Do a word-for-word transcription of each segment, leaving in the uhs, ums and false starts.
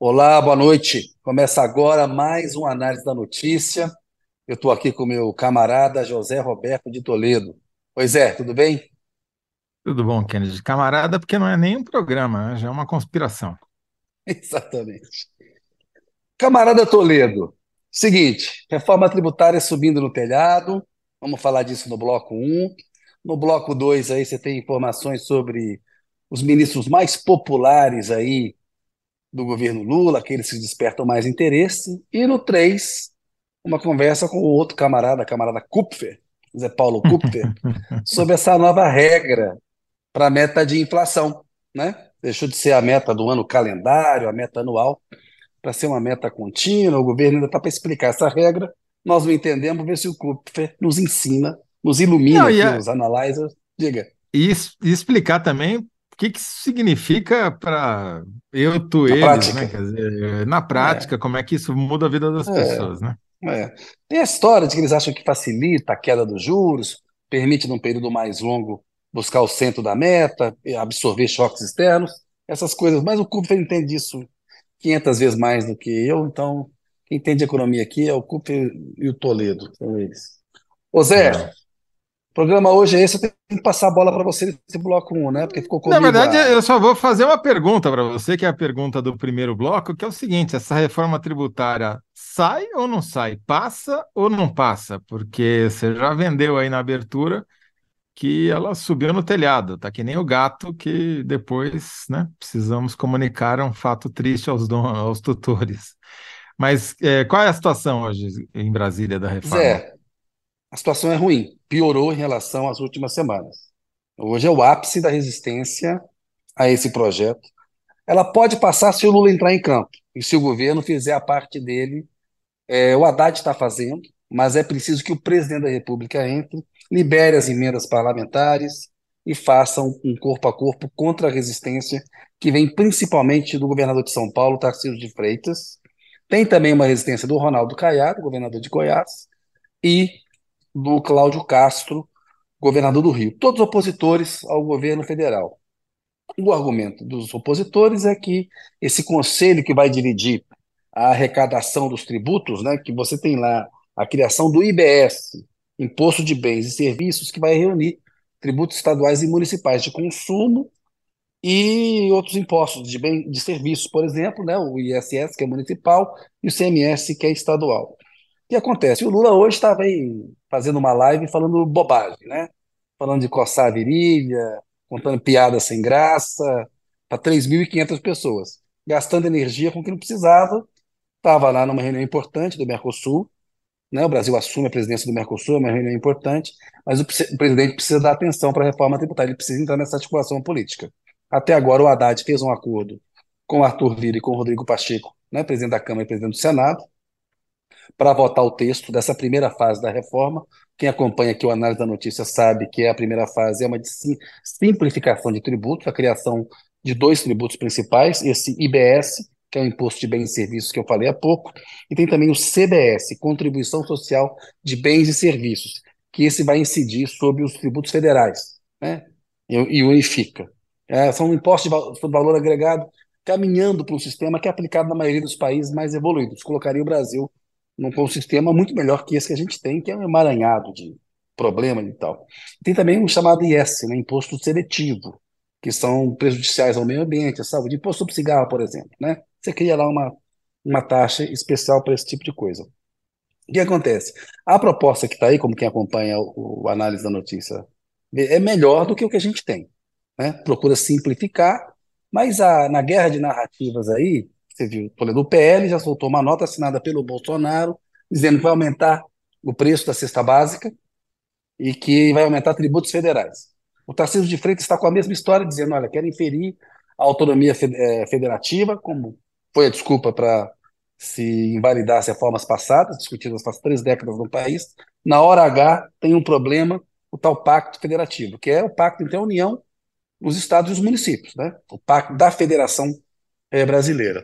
Olá, boa noite. Começa agora mais uma análise da notícia. Eu estou aqui com meu camarada José Roberto de Toledo. Pois é, tudo bem? Tudo bom, Kennedy? Camarada, porque não é nem um programa, né? Já é uma conspiração. Exatamente. Camarada Toledo, seguinte, reforma tributária subindo no telhado. Vamos falar disso no bloco um. No bloco dois aí você tem informações sobre os ministros mais populares aí do governo Lula, aqueles que despertam mais interesse. E no três, uma conversa com o outro camarada, camarada Kupfer, Zé Paulo Kupfer, sobre essa nova regra para a meta de inflação, né? Deixou de ser a meta do ano calendário, a meta anual, para ser uma meta contínua. O governo ainda está para explicar essa regra. Nós não entendemos, ver se o Kupfer nos ensina, nos ilumina Não, e, aqui, a- os analyzers. Diga, e es- e explicar também o que que isso significa para eu, tu, na eles, né? prática. Quer dizer, na É, prática, como é que isso muda a vida das é. pessoas, né? É. Tem a história de que eles acham que facilita a queda dos juros, permite, num período mais longo, buscar o centro da meta, e absorver choques externos, essas coisas. Mas o Cooper entende isso quinhentas vezes mais do que eu, então quem entende de economia aqui é o Cooper e o Toledo, são eles. Ô Zé, É. o programa hoje é esse, eu tenho que passar a bola para você nesse bloco um, né? Porque ficou Na comigo verdade, a. eu só vou fazer uma pergunta para você, que é a pergunta do primeiro bloco, que é o seguinte: essa reforma tributária sai ou não sai? Passa ou não passa? Porque você já vendeu aí na abertura que ela subiu no telhado, tá que nem o gato que depois, né, precisamos comunicar um fato triste aos, don- aos tutores. Mas é, qual é a situação hoje em Brasília da reforma? Zé, a situação é ruim, piorou em relação às últimas semanas. Hoje é o ápice da resistência a esse projeto. Ela pode passar se o Lula entrar em campo e se o governo fizer a parte dele. É, o Haddad está fazendo, mas é preciso que o presidente da República entre, libere as emendas parlamentares e faça um, um corpo a corpo contra a resistência que vem principalmente do governador de São Paulo, Tarcísio de Freitas. Tem também uma resistência do Ronaldo Caiado, governador de Goiás, e do Cláudio Castro, governador do Rio. Todos opositores ao governo federal. O argumento dos opositores é que esse conselho que vai dividir a arrecadação dos tributos, né, que você tem lá a criação do I B S, Imposto de Bens e Serviços, que vai reunir tributos estaduais e municipais de consumo e outros impostos de bem, de serviços, por exemplo, né, o I S S, que é municipal, e o C M S, que é estadual. O que acontece? O Lula hoje estava aí fazendo uma live falando bobagem, né? Falando de coçar a virilha, contando piada sem graça, para três mil e quinhentas pessoas, gastando energia com o que não precisava. Estava lá numa reunião importante do Mercosul, né? O Brasil assume a presidência do Mercosul, é uma reunião importante, mas o, pre- o presidente precisa dar atenção para a reforma tributária, ele precisa entrar nessa articulação política. Até agora, o Haddad fez um acordo com o Arthur Lira e com o Rodrigo Pacheco, né? Presidente da Câmara e presidente do Senado, para votar o texto dessa primeira fase da reforma. Quem acompanha aqui o análise da notícia sabe que a primeira fase é uma de sim- simplificação de tributos, a criação de dois tributos principais, esse I B S, que é o Imposto de Bens e Serviços que eu falei há pouco, e tem também o C B S, Contribuição Social de Bens e Serviços, que esse vai incidir sobre os tributos federais, né? E, e unifica. É, são impostos de val- sobre valor agregado caminhando para um sistema que é aplicado na maioria dos países mais evoluídos. Colocaria o Brasil num com um sistema muito melhor que esse que a gente tem, que é um emaranhado de problemas e tal. Tem também o chamado I S, né, Imposto Seletivo, que são prejudiciais ao meio ambiente, à saúde. Imposto sobre cigarro, por exemplo, né? Você cria lá uma, uma taxa especial para esse tipo de coisa. O que acontece? A proposta que está aí, como quem acompanha o, o análise da notícia, vê, é melhor do que o que a gente tem, né? Procura simplificar, mas a, na guerra de narrativas aí, você viu, Toledo, o P L já soltou uma nota assinada pelo Bolsonaro, dizendo que vai aumentar o preço da cesta básica e que vai aumentar tributos federais. O Tarcísio de Freitas está com a mesma história, dizendo, olha, querem ferir a autonomia fe- eh, federativa, como foi a desculpa para se invalidar as reformas passadas, discutidas faz três décadas no país. Na hora H tem um problema, o tal pacto federativo, que é o pacto entre a União, os estados e os municípios, né? O pacto da Federação eh, Brasileira.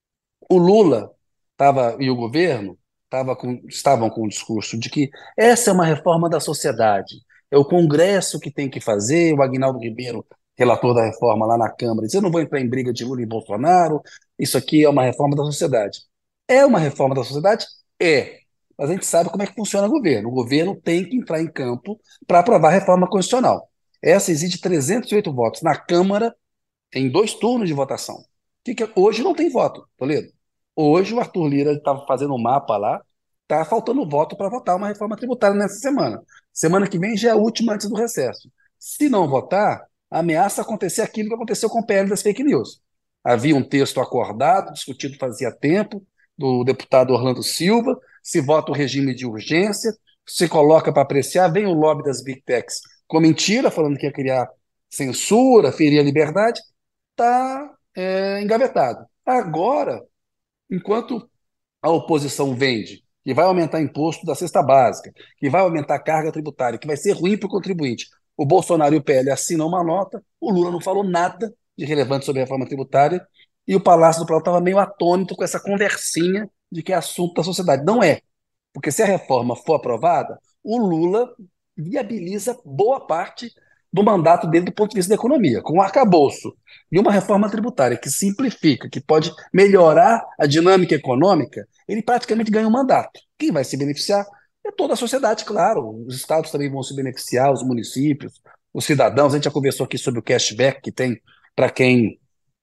O Lula tava, e o governo tava com, estavam com o discurso de que essa é uma reforma da sociedade. É o Congresso que tem que fazer, o Aguinaldo Ribeiro relator da reforma lá na Câmara, disse: eu não vou entrar em briga de Lula e Bolsonaro, isso aqui é uma reforma da sociedade. É uma reforma da sociedade? É. Mas a gente sabe como é que funciona o governo. O governo tem que entrar em campo para aprovar a reforma constitucional. Essa exige trezentos e oito votos. Na Câmara, tem dois turnos de votação. Que que- Hoje não tem voto, Toledo. Hoje o Arthur Lira estava fazendo um mapa lá, está faltando voto para votar uma reforma tributária nessa semana. Semana que vem já é a última antes do recesso. Se não votar, ameaça acontecer aquilo que aconteceu com o P L das fake news. Havia um texto acordado, discutido fazia tempo, do deputado Orlando Silva, se vota o regime de urgência, se coloca para apreciar, vem o lobby das Big Techs com mentira, falando que ia criar censura, ferir a liberdade, está é, engavetado. Agora, enquanto a oposição vende que vai aumentar imposto da cesta básica, que vai aumentar a carga tributária, que vai ser ruim para o contribuinte, o Bolsonaro e o P L assinam uma nota, o Lula não falou nada de relevante sobre a reforma tributária e o Palácio do Planalto estava meio atônito com essa conversinha de que é assunto da sociedade. Não é, porque se a reforma for aprovada, o Lula viabiliza boa parte do mandato dele do ponto de vista da economia, com um arcabouço e uma reforma tributária que simplifica, que pode melhorar a dinâmica econômica, ele praticamente ganha um mandato. Quem vai se beneficiar é toda a sociedade, claro. Os estados também vão se beneficiar, os municípios, os cidadãos. A gente já conversou aqui sobre o cashback que tem para quem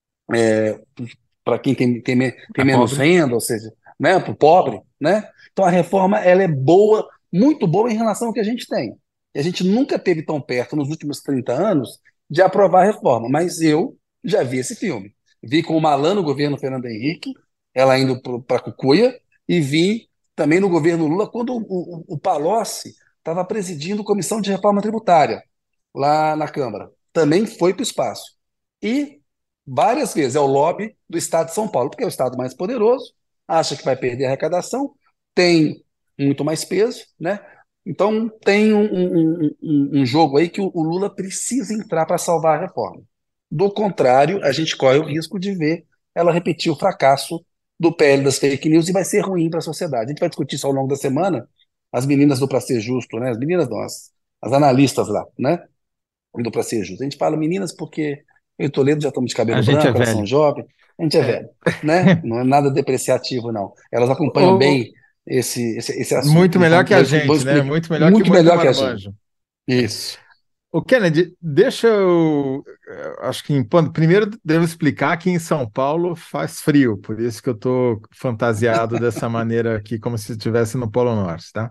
para quem tem, tem, tem É menos pobre. renda, ou seja, né, para o pobre, né? Então a reforma ela é boa, muito boa em relação ao que a gente tem. E a gente nunca teve tão perto nos últimos trinta anos de aprovar a reforma, mas eu já vi esse filme. Vi com o Malan no governo Fernando Henrique, ela indo para Cucuia, e vi também no governo Lula, quando o, o, o Palocci estava presidindo a Comissão de Reforma Tributária lá na Câmara. Também foi para o espaço. E várias vezes é o lobby do Estado de São Paulo, porque é o Estado mais poderoso, acha que vai perder a arrecadação, tem muito mais peso, né? Então tem um, um, um, um jogo aí que o, o Lula precisa entrar para salvar a reforma. Do contrário, a gente corre o risco de ver ela repetir o fracasso do P L das fake news e vai ser ruim para a sociedade. A gente vai discutir isso ao longo da semana. As meninas do Pra Ser Justo, né? As meninas não, as, as analistas lá, né? Do Pra Ser Justo. A gente fala meninas porque eu e Toledo já estamos de A cabelo gente é branco, elas são velho. jovens, a gente é É. velho, né? Não é nada depreciativo, não. Elas acompanham Ô, bem esse, esse, esse assunto. muito melhor Então, que a vou, vou gente, né? explicar Muito melhor que muito muito melhor que a gente. marmanjo. Isso. O Kennedy, deixa eu. eh, Acho que em ponto- primeiro devo explicar que em São Paulo faz frio, por isso que eu estou fantasiado dessa maneira aqui, como se estivesse no Polo Norte, tá?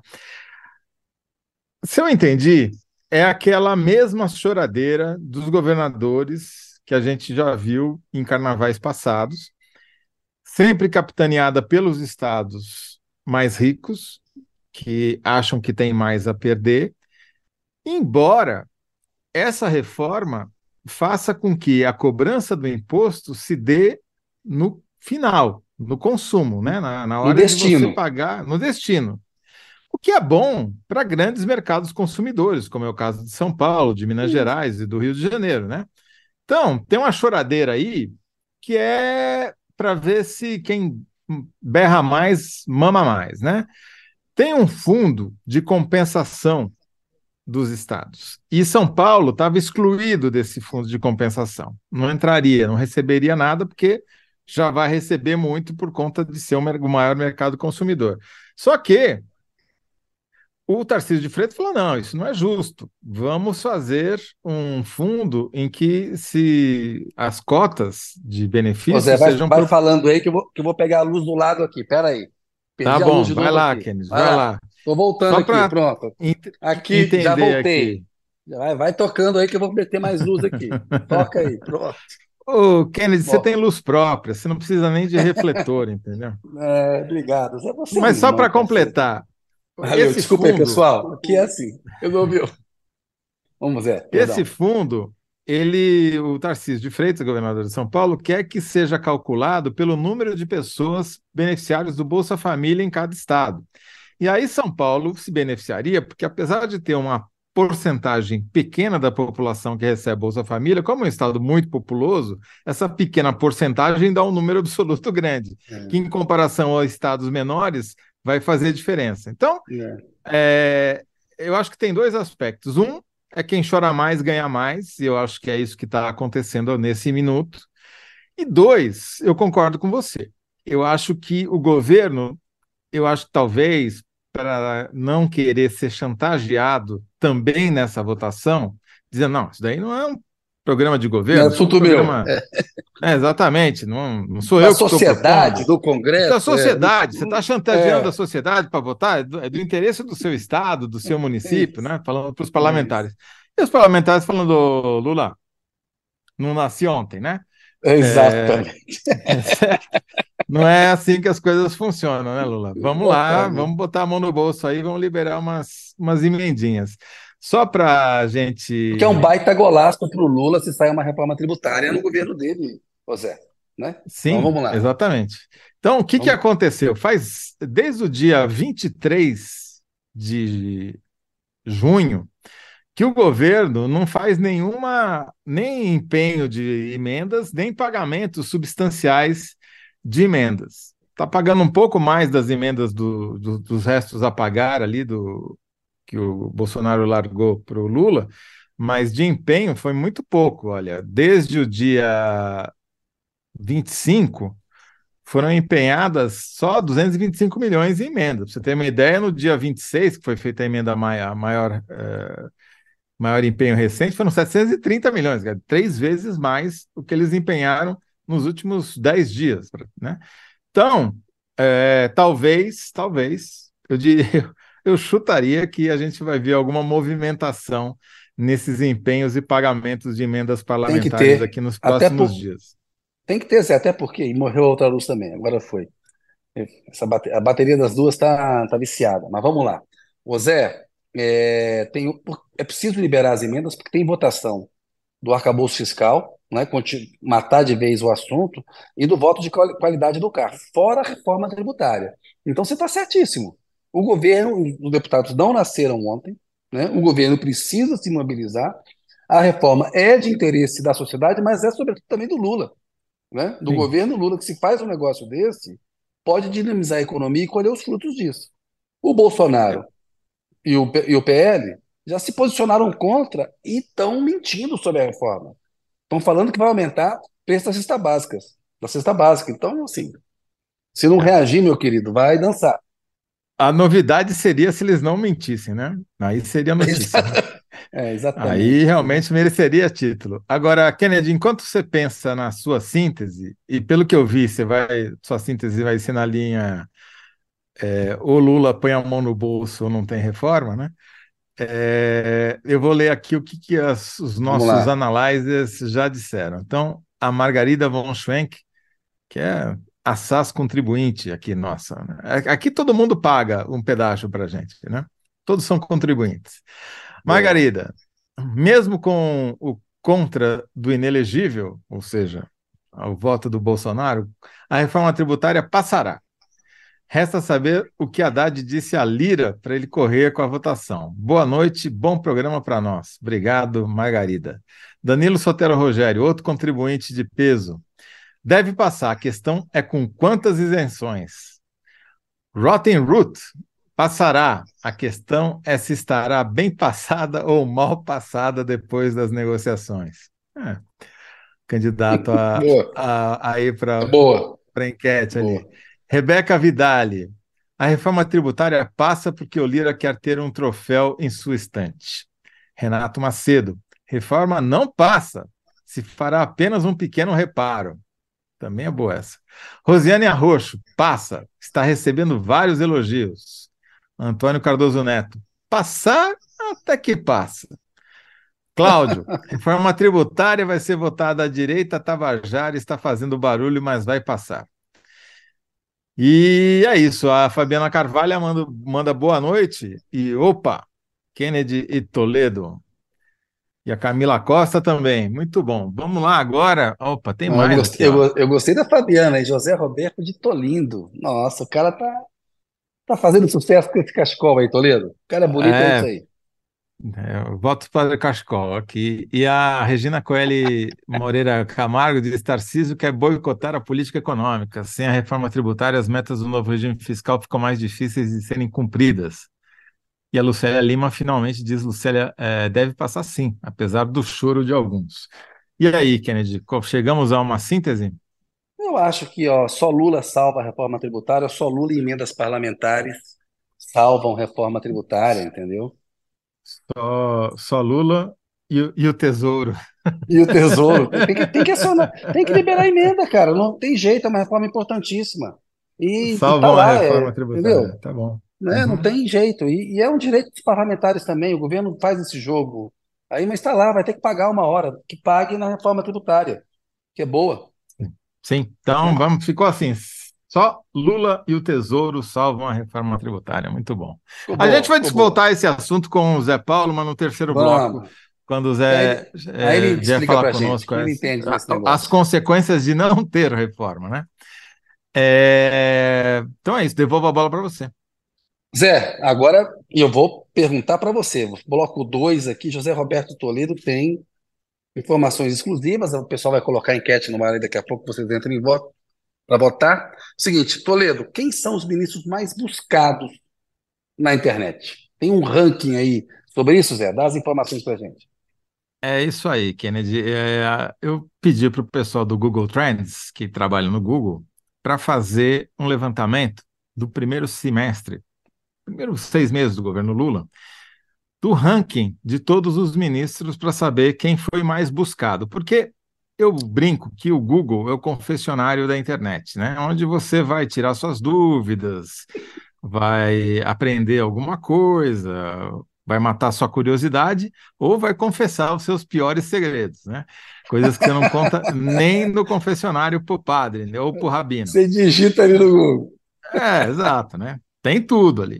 Se eu entendi, é aquela mesma choradeira dos governadores que a gente já viu em carnavais passados, sempre capitaneada pelos estados mais ricos, que acham que tem mais a perder, embora essa reforma faça com que a cobrança do imposto se dê no final, no consumo, né? Na, na No hora de você destino. pagar, no destino. O que é bom para grandes mercados consumidores, como é o caso de São Paulo, de Minas Gerais e do Rio de Janeiro, né? Então, tem uma choradeira aí que é para ver se quem berra mais, mama mais, né? Tem um fundo de compensação dos estados. E São Paulo estava excluído desse fundo de compensação. Não entraria, não receberia nada, porque já vai receber muito por conta de ser o maior mercado consumidor. Só que o Tarcísio de Freitas falou: não, isso não é justo. Vamos fazer um fundo em que se as cotas de Ô Zé, benefícios vai, sejam vai por. falando aí que eu vou, que eu vou pegar a luz do lado aqui. Pera aí. Tá Perdi a luz bom, de vai novo lá, aqui. Kennedy, Vai vai lá. lá. Tô voltando Só aqui. para Pronto. ent Aqui, já entender voltei. aqui. Já Vai, vai tocando aí que eu vou meter mais luz aqui. Toca aí. Pronto. Ô, Kennedy, você tem Bom, luz própria, você não precisa nem de refletor, entendeu? é, obrigado. Zé, você é um Mas só irmão, para parceiro. completar, Valeu. esse Desculpa aí, fundo, pessoal. Aqui é assim. Resolveu. Vamos, Zé. esse Perdão. fundo, ele, o Tarcísio de Freitas, governador de São Paulo, quer que seja calculado pelo número de pessoas beneficiárias do Bolsa Família em cada estado. E aí São Paulo se beneficiaria, porque apesar de ter uma porcentagem pequena da população que recebe Bolsa Família, como é um estado muito populoso, essa pequena porcentagem dá um número absoluto grande, que É, em comparação aos estados menores vai fazer diferença. Então, é. é, eu acho que tem dois aspectos. Um, é quem chora mais ganha mais, e eu acho que é isso que está acontecendo nesse minuto. E dois, eu concordo com você. Eu acho que o governo, eu acho que talvez para não querer ser chantageado também nessa votação, dizendo, não, isso daí não é um programa de Não é governo, isso é um assunto meu. programa. É, exatamente, não, não sou Da eu que estou sociedade, propondo. do Isso é a Congresso, é, não- sociedade, você está chantageando a é, sociedade para votar, é do, é do interesse do seu estado, do seu é município, isso, né? Falando para os é isso. parlamentares. E os parlamentares falando, Lula, não nasci ontem, né? É, Exatamente. não é assim que as coisas funcionam, né, Lula? Vamos lá, vamos Exatamente. botar a mão no bolso aí, vamos liberar umas, umas emendinhas. Só para a Porque é um gente. baita golaço para o Lula se sair uma reforma tributária no governo dele, Ô Zé, né? Então Sim, vamos lá. exatamente. Então, o que que Vamos... aconteceu? Faz desde o dia vinte e três de junho que o governo não faz nenhuma, nem empenho de emendas, nem pagamentos substanciais de emendas. Está pagando um pouco mais das emendas do, do, dos restos a pagar ali do que o Bolsonaro largou para o Lula, mas de empenho foi muito pouco. Olha, desde o dia vinte e cinco foram empenhadas só duzentos e vinte e cinco milhões em emenda. Para você ter uma ideia, no dia vinte e seis, que foi feita a emenda maior, maior eh, maior empenho recente, foram setecentos e trinta milhões, cara, três vezes mais o que eles empenharam nos últimos dez dias, né? Então, é, talvez, talvez, eu, diria, eu chutaria que a gente vai ver alguma movimentação nesses empenhos e pagamentos de emendas Tem que parlamentares ter, aqui nos até próximos por... dias. tem que ter, Zé, até porque e morreu a outra luz também, agora foi. Essa bate- a bateria das duas tá, tá viciada, mas vamos lá. Ô Zé, é, tem, o- é preciso liberar as emendas porque tem votação do arcabouço fiscal, né, conti- matar de vez o assunto, e do voto de quali- qualidade do carro, fora a reforma tributária. Então você está certíssimo. O governo, os deputados não nasceram ontem, né? O governo precisa se mobilizar. A reforma é de interesse da sociedade, mas é sobretudo também do Lula, né? Do Sim. governo Lula, que se faz um negócio desse, pode dinamizar a economia e colher os frutos disso. O Bolsonaro e o, P- e o P L já se posicionaram contra e estão mentindo sobre a reforma. Estão falando que vai aumentar o preço da cesta básica, da cesta básica. Então, assim, se não É. reagir, meu querido, vai dançar. A novidade seria se eles não mentissem, né? Aí seria notícia, né? É, Aí exatamente. realmente mereceria título. Agora, Kennedy, enquanto você pensa na sua síntese, e pelo que eu vi, você vai, sua síntese vai ser na linha é, o Lula põe a mão no bolso ou não tem reforma, né? É, eu vou ler aqui o que, que as- os Vamos nossos lá. analyzers já disseram. Então, a Margarida von Schwenk, que é assaz contribuinte aqui, nossa, né? Aqui todo mundo paga um pedaço para a gente, né? Todos são contribuintes. Boa. Margarida, mesmo com o contra do inelegível, ou seja, o voto do Bolsonaro, a reforma tributária passará. Resta saber o que Haddad disse a Lira para ele correr com a votação. Boa noite, bom programa para nós. Obrigado, Margarida. Danilo Sotero Rogério, outro contribuinte de peso. Deve passar, a questão é com quantas isenções. Rotten Root passará, a questão é se estará bem passada ou mal passada depois das negociações. É, candidato a, Boa. a, a ir para Boa. a enquete Boa. ali. Rebeca Vidali, a reforma tributária passa porque o Lira quer ter um troféu em sua estante. Renato Macedo, reforma não passa, se fará apenas um pequeno reparo. Também é boa essa. Rosiane Arroxo, passa, está recebendo vários elogios. Antônio Cardoso Neto, passar até que passa. Cláudio, reforma tributária vai ser votada à direita, Tabajara está fazendo barulho, mas vai passar. E é isso, a Fabiana Carvalho manda, manda boa noite e opa, Kennedy e Toledo. E a Camila Costa também, muito bom. Vamos lá agora. Opa, tem Não, eu mais gostei, aqui, eu, ó. go- eu gostei da Fabiana, hein? José Roberto de Tolindo. Nossa, o cara tá, tá fazendo sucesso com esse cachecol aí, Toledo. O cara é bonito, é isso É, aí. é, eu voto para o Cascol aqui. E a Regina Coelho Moreira Camargo diz: Tarcísio quer boicotar a política econômica. Sem a reforma tributária, as metas do novo regime fiscal ficam mais difíceis de serem cumpridas. E a Lucélia Lima finalmente diz: Lucélia, eh, deve passar sim, apesar do choro de alguns. E aí, Kennedy, co- chegamos a uma síntese? Eu acho que ó, só Lula salva a reforma tributária, só Lula e emendas parlamentares salvam reforma tributária, entendeu? Só, só Lula e, o- e o Tesouro E o Tesouro, tem que, tem que acionar, tem que liberar a emenda, cara. Não tem jeito, é uma reforma importantíssima. E, e tá salvam a lá, é, reforma tributária. entendeu? Tá bom. Né? Não Uhum. tem jeito. E, e é um direito dos parlamentares também. O governo faz esse jogo. Aí, mas está lá, vai ter que pagar uma hora, que pague na reforma tributária, que é boa, Sim, então né? vamos, ficou assim. Só Lula e o Tesouro salvam a reforma tributária. Muito bom. Ficou A gente boa, vai ficou boa. voltar a esse assunto com o Zé Paulo, mas no terceiro bloco, Vamos. quando o Que aí, Zé ele- aí ele eh, vier explica falar pra gente, conosco que ele as, entende desse a- as negócio. consequências de não ter reforma, né? É, então é isso, devolvo a bola para você. Zé, agora eu vou perguntar para você. Bloco dois aqui, José Roberto Toledo tem informações exclusivas. O pessoal vai colocar enquete no ar e daqui a pouco vocês entram em voto para votar. Seguinte, Toledo, quem são os ministros mais buscados na internet? Tem um ranking aí sobre isso, Zé? Dá as informações para gente. É isso aí, Kennedy. É, eu pedi para o pessoal do Google Trends, que trabalha no Google, para fazer um levantamento do primeiro semestre, primeiros seis meses do governo Lula, do ranking de todos os ministros para saber quem foi mais buscado. Porque eu brinco que o Google é o confessionário da internet, né? Onde você vai tirar suas dúvidas, vai aprender alguma coisa, vai matar sua curiosidade ou vai confessar os seus piores segredos, né? Coisas que você não conta nem no confessionário pro padre, né? Ou pro rabino. Você digita ali no Google. É, exato, né? Tem tudo ali.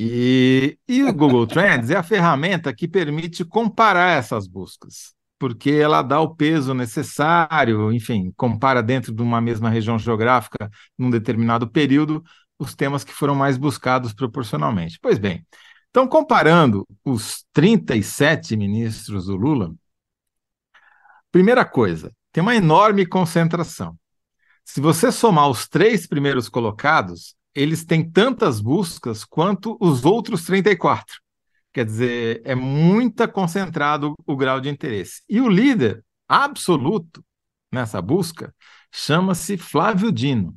E, e o Google Trends é a ferramenta que permite comparar essas buscas, porque ela dá o peso necessário, enfim, compara dentro de uma mesma região geográfica, num determinado período, os temas que foram mais buscados proporcionalmente. Pois bem, então, comparando os trinta e sete ministros do Lula, primeira coisa, tem uma enorme concentração. Se você somar os três primeiros colocados, eles têm tantas buscas quanto os outros trinta e quatro. Quer dizer, é muito concentrado o grau de interesse. E o líder absoluto nessa busca chama-se Flávio Dino.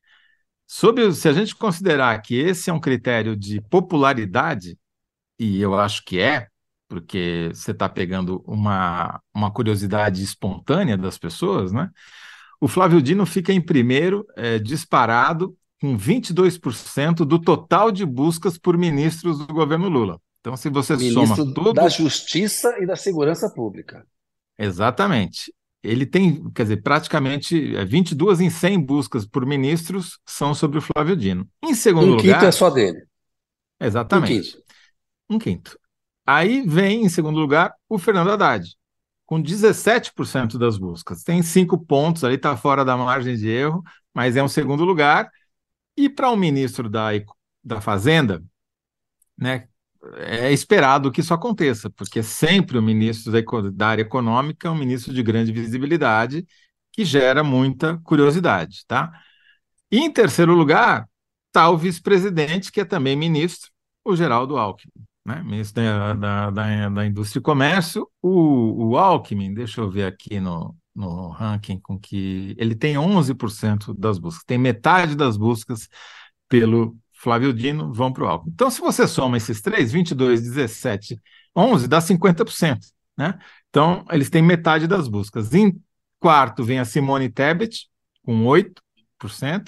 Sob, se a gente considerar que esse é um critério de popularidade, e eu acho que é, porque você está pegando uma, uma curiosidade espontânea das pessoas, né? O Flávio Dino fica em primeiro, é, disparado, com vinte e dois por cento do total de buscas por ministros do governo Lula. Então, se você soma Ministro da todo. Justiça e da Segurança Pública. Exatamente. Ele tem, quer dizer, praticamente é, vinte e duas em cem buscas por ministros são sobre o Flávio Dino. Em segundo Um quinto é lugar, só dele. Um exatamente, quinto. um quinto. Aí vem, em segundo lugar, o Fernando Haddad, com dezessete por cento das buscas. Tem cinco pontos ali, está fora da margem de erro, mas é um segundo lugar. E para o ministro da, da Fazenda, né, é esperado que isso aconteça, porque sempre o ministro da, da área econômica é um ministro de grande visibilidade, que gera muita curiosidade, tá? E em terceiro lugar, está o vice-presidente, que é também ministro, o Geraldo Alckmin, né? Ministro da, da, da, da Indústria e Comércio. O, o Alckmin, deixa eu ver aqui no, no ranking com que ele tem onze por cento das buscas, tem metade das buscas pelo Flávio Dino vão para o Alckmin. Então, se você soma esses três, vinte e dois, dezessete, onze, dá cinquenta por cento, né? Então, eles têm metade das buscas. Em quarto vem a Simone Tebet, com oito por cento.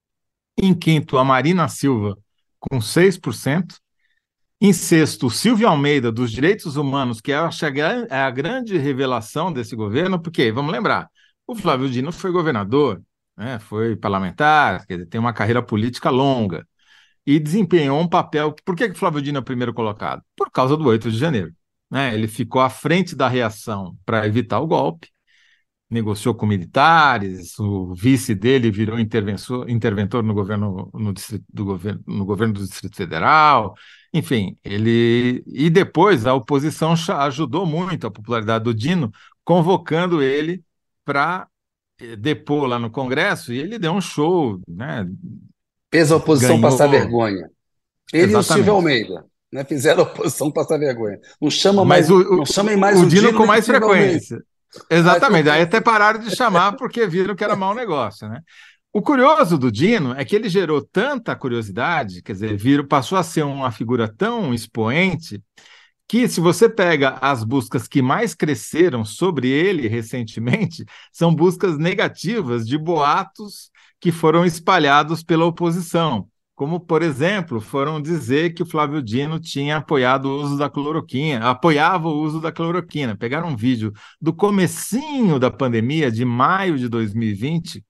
Em quinto, a Marina Silva, com seis por cento. Em sexto, o Silvio Almeida, dos Direitos Humanos, que eu acho que é a grande revelação desse governo, porque, vamos lembrar, o Flávio Dino foi governador, né, foi parlamentar, quer dizer, tem uma carreira política longa, e desempenhou um papel. Por que que o Flávio Dino é o primeiro colocado? Por causa do oito de janeiro. Né? Ele ficou à frente da reação para evitar o golpe, negociou com militares, o vice dele virou interventor no governo, no, distrito, do governo, no governo do Distrito Federal, enfim, ele. E depois a oposição ajudou muito a popularidade do Dino, convocando ele para depor lá no Congresso, e ele deu um show, né? Fez a oposição passar Ganhou. vergonha. Ele e o Silvio Exatamente. Almeida. né? Fizeram a oposição passar vergonha. Não chama Mas mais, o, não chamem mais o, o o Dino Dino com nem mais possivelmente. frequência. Mais Exatamente. Aí até frequência. pararam de chamar porque viram que era mau negócio, né? O curioso do Dino é que ele gerou tanta curiosidade, quer dizer, virou, passou a ser uma figura tão expoente que, se você pega as buscas que mais cresceram sobre ele recentemente, são buscas negativas de boatos que foram espalhados pela oposição. Como, por exemplo, foram dizer que o Flávio Dino tinha apoiado o uso da cloroquina, apoiava o uso da cloroquina. Pegaram um vídeo do comecinho da pandemia, de maio de dois mil e vinte,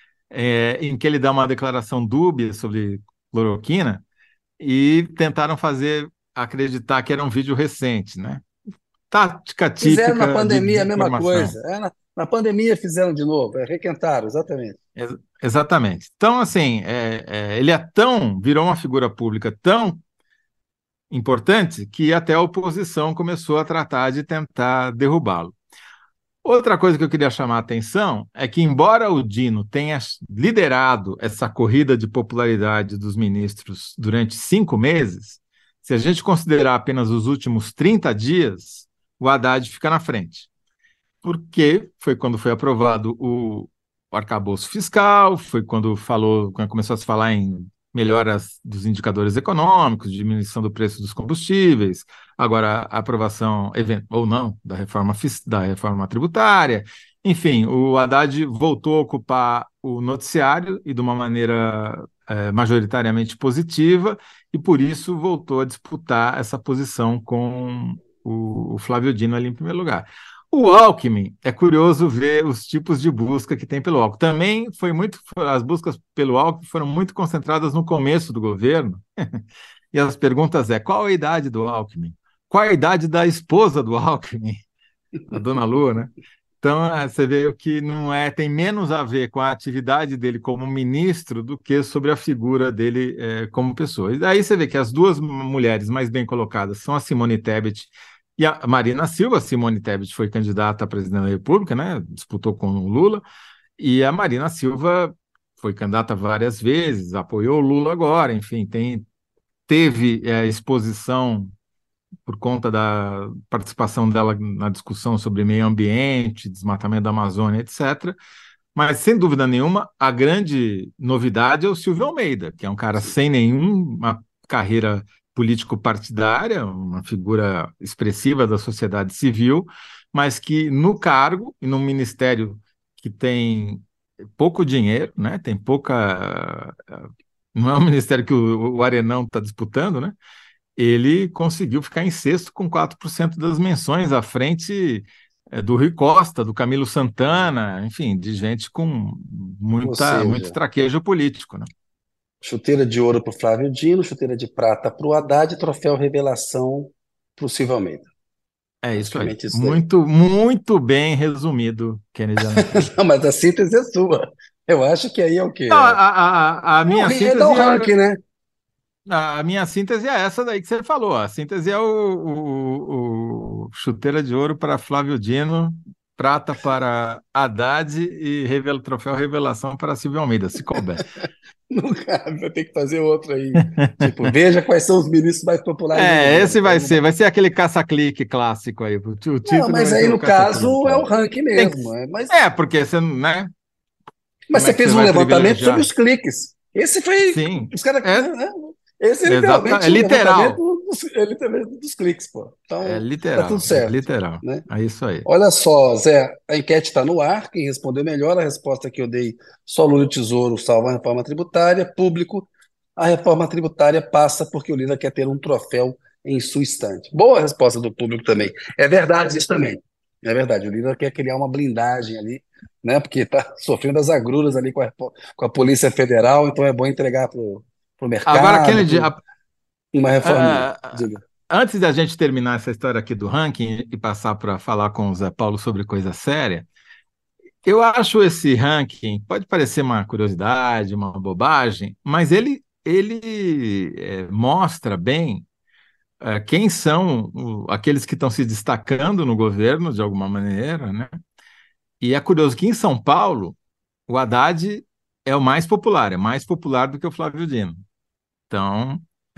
é, em que ele dá uma declaração dúbia sobre cloroquina, e tentaram fazer acreditar que era um vídeo recente, né? Tática Fizeram na típica de pandemia a mesma desinformação. coisa. É, na, na pandemia fizeram de novo, é, requentaram, exatamente. Ex- exatamente. Então, assim, é, é, ele é tão, virou uma figura pública tão importante que até a oposição começou a tratar de tentar derrubá-lo. Outra coisa que eu queria chamar a atenção é que, embora o Dino tenha liderado essa corrida de popularidade dos ministros durante cinco meses, se a gente considerar apenas os últimos trinta dias, o Haddad fica na frente. Porque foi quando foi aprovado o, o arcabouço fiscal, foi quando falou, quando começou a se falar em melhoras dos indicadores econômicos, diminuição do preço dos combustíveis, agora a aprovação, ou não, da reforma, da reforma tributária. Enfim, o Haddad voltou a ocupar o noticiário e de uma maneira é, majoritariamente positiva, e por isso voltou a disputar essa posição com o, o Flávio Dino ali em primeiro lugar. O Alckmin, é curioso ver os tipos de busca que tem pelo Alckmin. Também foi muito, as buscas pelo Alckmin foram muito concentradas no começo do governo. E as perguntas é: qual a idade do Alckmin? Qual a idade da esposa do Alckmin? A dona Lua, né? Então, eh, você vê que não é, tem menos a ver com a atividade dele como ministro do que sobre a figura dele eh, como pessoa. E daí você vê que as duas mulheres mais bem colocadas são a Simone Tebet e a Marina Silva. A Simone Tebet foi candidata a presidente da República, né? Disputou com o Lula, e a Marina Silva foi candidata várias vezes, apoiou o Lula agora, enfim, tem, teve eh, exposição por conta da participação dela na discussão sobre meio ambiente, desmatamento da Amazônia, etcétera. Mas, sem dúvida nenhuma, a grande novidade é o Silvio Almeida, que é um cara Sim. sem nenhuma carreira político-partidária, uma figura expressiva da sociedade civil, mas que no cargo e num ministério que tem pouco dinheiro, né? Tem pouca. Não é um ministério que o, o Arenão está disputando, né? Ele conseguiu ficar em sexto com quatro por cento das menções, à frente é, do Rui Costa, do Camilo Santana, enfim, de gente com Ou muita, muito seja, traquejo político, né? chuteira de ouro para o Flávio Dino, chuteira de prata para o Haddad, troféu revelação para o Silvio Almeida. É isso aí. Basicamente isso daí. Muito, muito bem resumido, Kennedy Alencar. Não, mas a síntese é sua. Eu acho que aí é o quê? Não, a, a, a a É, o, minha ri- é dar o síntese é, ranking, né? a minha síntese é essa daí que você falou. A síntese é o, o, o chuteira de ouro para Flávio Dino, prata para Haddad e revel, troféu revelação para Silvio Almeida, se couber. Não cabe, vai ter que fazer outro aí. Tipo, veja quais são os ministros mais populares do É, governo. esse Põe vai uma- ser, vai ser aquele caça-clique clássico aí. O ti- o Não, título mas vai aí ser o no caso é o caça-clique. ranking Tem que, mesmo. É, mas, é, porque você, né? mas Como é você que você fez um vai levantamento sobre privilegiar? os cliques. Esse foi. Sim, Os caras. é, Né? Esse é exata, é literalmente o levantamento literal. dos, é literalmente dos cliques, pô. É Então, tá tudo literal, é certo, literal. né? É isso aí. Olha só, Zé, a enquete está no ar. Quem respondeu melhor, a resposta que eu dei, só Lula e Tesouro salva a reforma tributária. Público, a reforma tributária passa porque o Lula quer ter um troféu em sua estante. Boa resposta do público também. É verdade isso também. É verdade, o Lula quer criar uma blindagem ali, né? Porque está sofrendo as agruras ali com a, com a Polícia Federal, então é bom entregar para o Agora, mercado, Kennedy, pro, a- uma reforminha. a- Diga. antes da gente terminar essa história aqui do ranking e passar para falar com o Zé Paulo sobre coisa séria, eu acho esse ranking, pode parecer uma curiosidade, uma bobagem, mas ele, ele é, mostra bem é, quem são o- aqueles que estão se destacando no governo, de alguma maneira, né? E é curioso que em São Paulo, o Haddad é o mais popular, é mais popular do que o Flávio Dino. Então,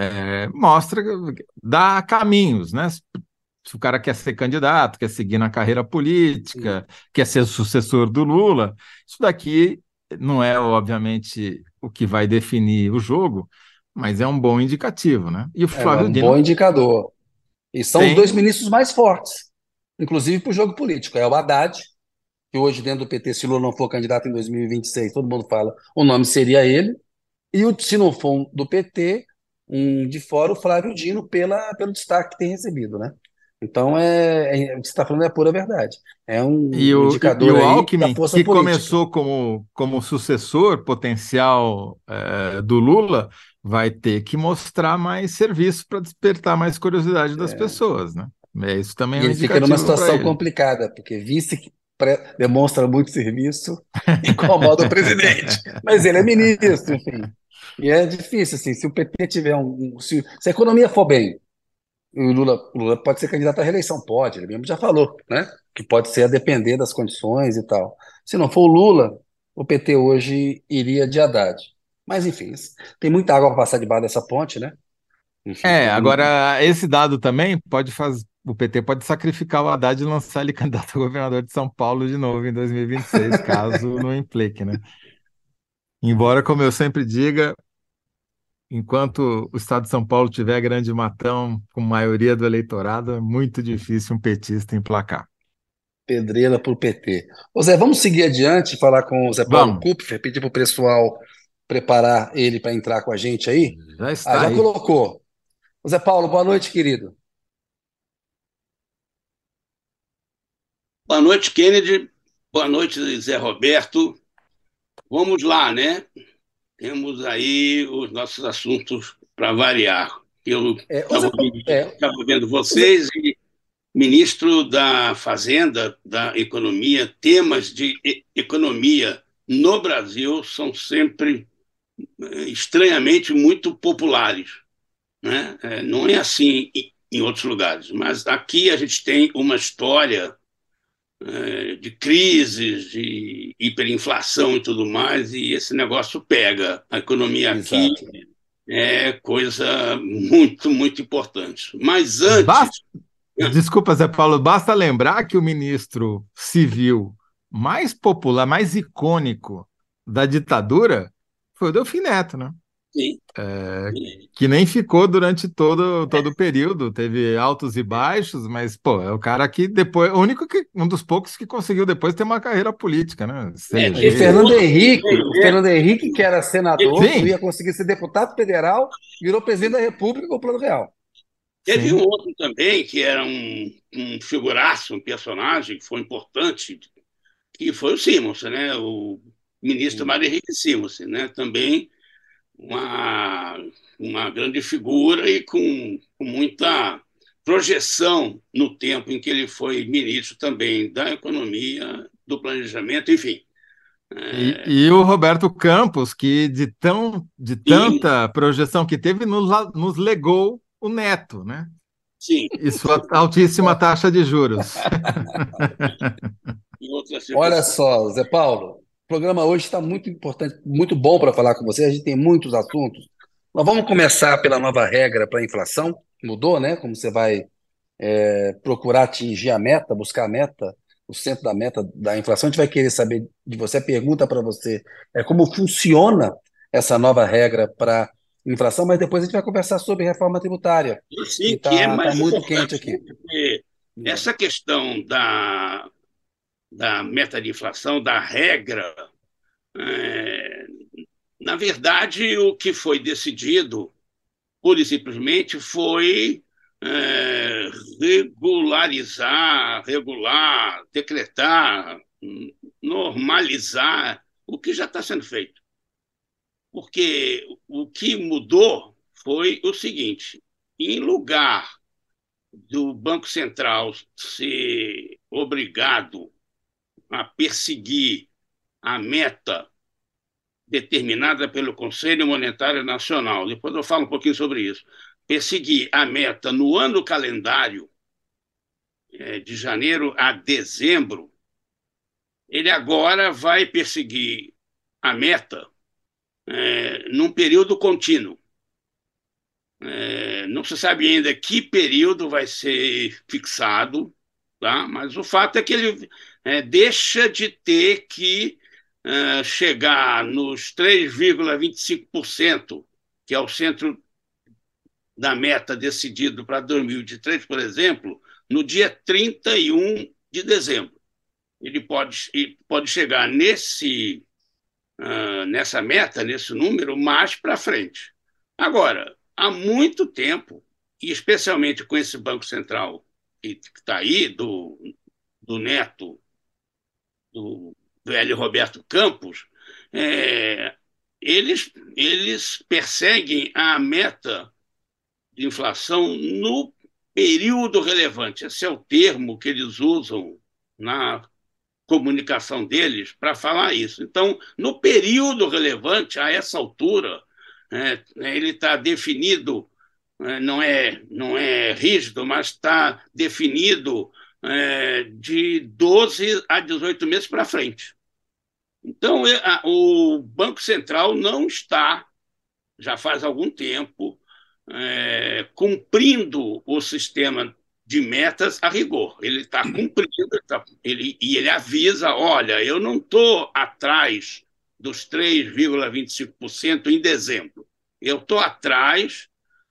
É, mostra, dá caminhos, né? Se o cara quer ser candidato, quer seguir na carreira política, quer ser sucessor do Lula, isso daqui não é, obviamente, o que vai definir o jogo, mas é um bom indicativo, né? E o É é Flávio um bom Dino indicador. E são os dois tem. ministros mais fortes, inclusive para o jogo político. É o Haddad, que hoje dentro do P T, se Lula não for candidato em dois mil e vinte e seis, todo mundo fala, o nome seria ele. E o, se não for um do P T, um de fora, o Flávio Dino, pela, pelo destaque que tem recebido, né? Então, é, é- o que você está falando é a pura verdade. É E um o, e, e indicador o aí da Alckmin, força que política. começou como, como sucessor potencial eh, do Lula, vai ter que mostrar mais serviço para despertar mais curiosidade das pessoas, né? É, isso também E é um ele fica numa indicativo para situação ele. complicada, porque vice que pre- demonstra muito serviço incomoda o presidente. Mas ele é ministro, enfim. E é difícil, assim, se o P T tiver um. um- Se, se a economia for bem, o Lula, o Lula pode ser candidato à reeleição, pode, ele mesmo já falou, né? Que pode ser a depender das condições e tal. Se não for o Lula, o P T hoje iria de Haddad. Mas, enfim, tem muita água para passar debaixo dessa ponte, né? Enfim, É, tem. agora, esse dado também pode fazer. O P T pode sacrificar o Haddad e lançar ele candidato a governador de São Paulo de novo em dois mil e vinte e seis, caso não implique, né? Embora, como eu sempre diga, enquanto o estado de São Paulo tiver grande matão com maioria do eleitorado, é muito difícil um petista emplacar. Pedreira para o P T. Ô Zé, vamos seguir adiante, falar com o Zé Paulo Vamos, Kupfer, pedir para o pessoal preparar ele para entrar com a gente aí? já Ah, está já aí. colocou. Ô Zé Paulo, boa noite, querido. Boa noite, Kennedy. Boa noite, Zé Roberto. Vamos lá, né? Temos aí os nossos assuntos para variar. Eu É, ô estava Zé, vendo, é, tava vendo ô Zé- vocês e ministro da Fazenda, da Economia, temas de e- economia no Brasil são sempre eh, estranhamente muito populares, né? Eh, Não é assim em em outros lugares, mas aqui a gente tem uma história é, de crises, de hiperinflação e tudo mais, e esse negócio pega. A economia aqui exato. é coisa muito, muito importante. Mas Basta, antes, desculpa, Zé Paulo, basta lembrar que o ministro civil mais popular, mais icônico da ditadura foi o Delfim Neto, né? sim, Que nem ficou durante todo, todo o período, teve altos e baixos, mas, pô, é o cara que depois, o único que, um dos poucos que conseguiu depois ter uma carreira política, né? é, E teve C G. um Fernando outro Henrique, também, o né? Fernando Henrique, que era senador, Teve, não ia Sim, conseguir ser deputado federal, virou presidente da República com o Plano Real. teve um sim. outro também que era um, um figuraço, um personagem que foi importante, que foi o Simonsen, né? O ministro Hum, Mário Henrique Simonsen, né? Também uma, uma grande figura e com, com muita projeção no tempo em que ele foi ministro também da economia, do planejamento, enfim. E, É, e o Roberto Campos, que de, tão, de sim, tanta projeção que teve, nos, la- nos legou o neto, né? sim, E sua altíssima taxa de juros. em outras olha circunstâncias. só, Zé Paulo, o programa hoje está muito importante, muito bom para falar com você. A gente tem muitos assuntos. Nós vamos começar pela nova regra para a inflação. Mudou, né? Como você vai é, procurar atingir a meta, buscar a meta, o centro da meta da inflação. A gente vai querer saber de você. A pergunta para você é como funciona essa nova regra para inflação, mas depois a gente vai conversar sobre reforma tributária, que Sim, que é está tá tá mais muito quente importante, né? aqui. Porque essa questão da, da meta de inflação, da regra, é, na verdade, o que foi decidido pura e simplesmente foi é, regularizar, regular, decretar, normalizar o que já está sendo feito. Porque o que mudou foi o seguinte: em lugar do Banco Central ser obrigado a perseguir a meta determinada pelo Conselho Monetário Nacional, depois eu falo um pouquinho sobre isso, perseguir a meta no ano calendário, é, de janeiro a dezembro, ele agora vai perseguir a meta é, num período contínuo. É, não se sabe ainda que período vai ser fixado, tá? Mas o fato é que ele é, deixa de ter que é, chegar nos três vírgula vinte e cinco por cento, que é o centro da meta decidido para dois mil e vinte e três, por exemplo, no dia trinta e um de dezembro. Ele pode, ele pode chegar nesse, uh, nessa meta, nesse número, mais para frente. Agora, há muito tempo, e especialmente com esse Banco Central que está aí, do, do neto do velho Roberto Campos, é, eles, eles perseguem a meta de inflação no período relevante. Esse é o termo que eles usam na comunicação deles para falar isso. Então, no período relevante, a essa altura, é, ele está definido, é, não, é, não é rígido, mas está definido é, de doze a dezoito meses para frente. Então, é, a, o Banco Central não está, já faz algum tempo, é, cumprindo o sistema de metas a rigor. Ele está cumprindo, ele tá, ele, e ele avisa: olha, eu não estou atrás dos três vírgula vinte e cinco por cento em dezembro, eu estou atrás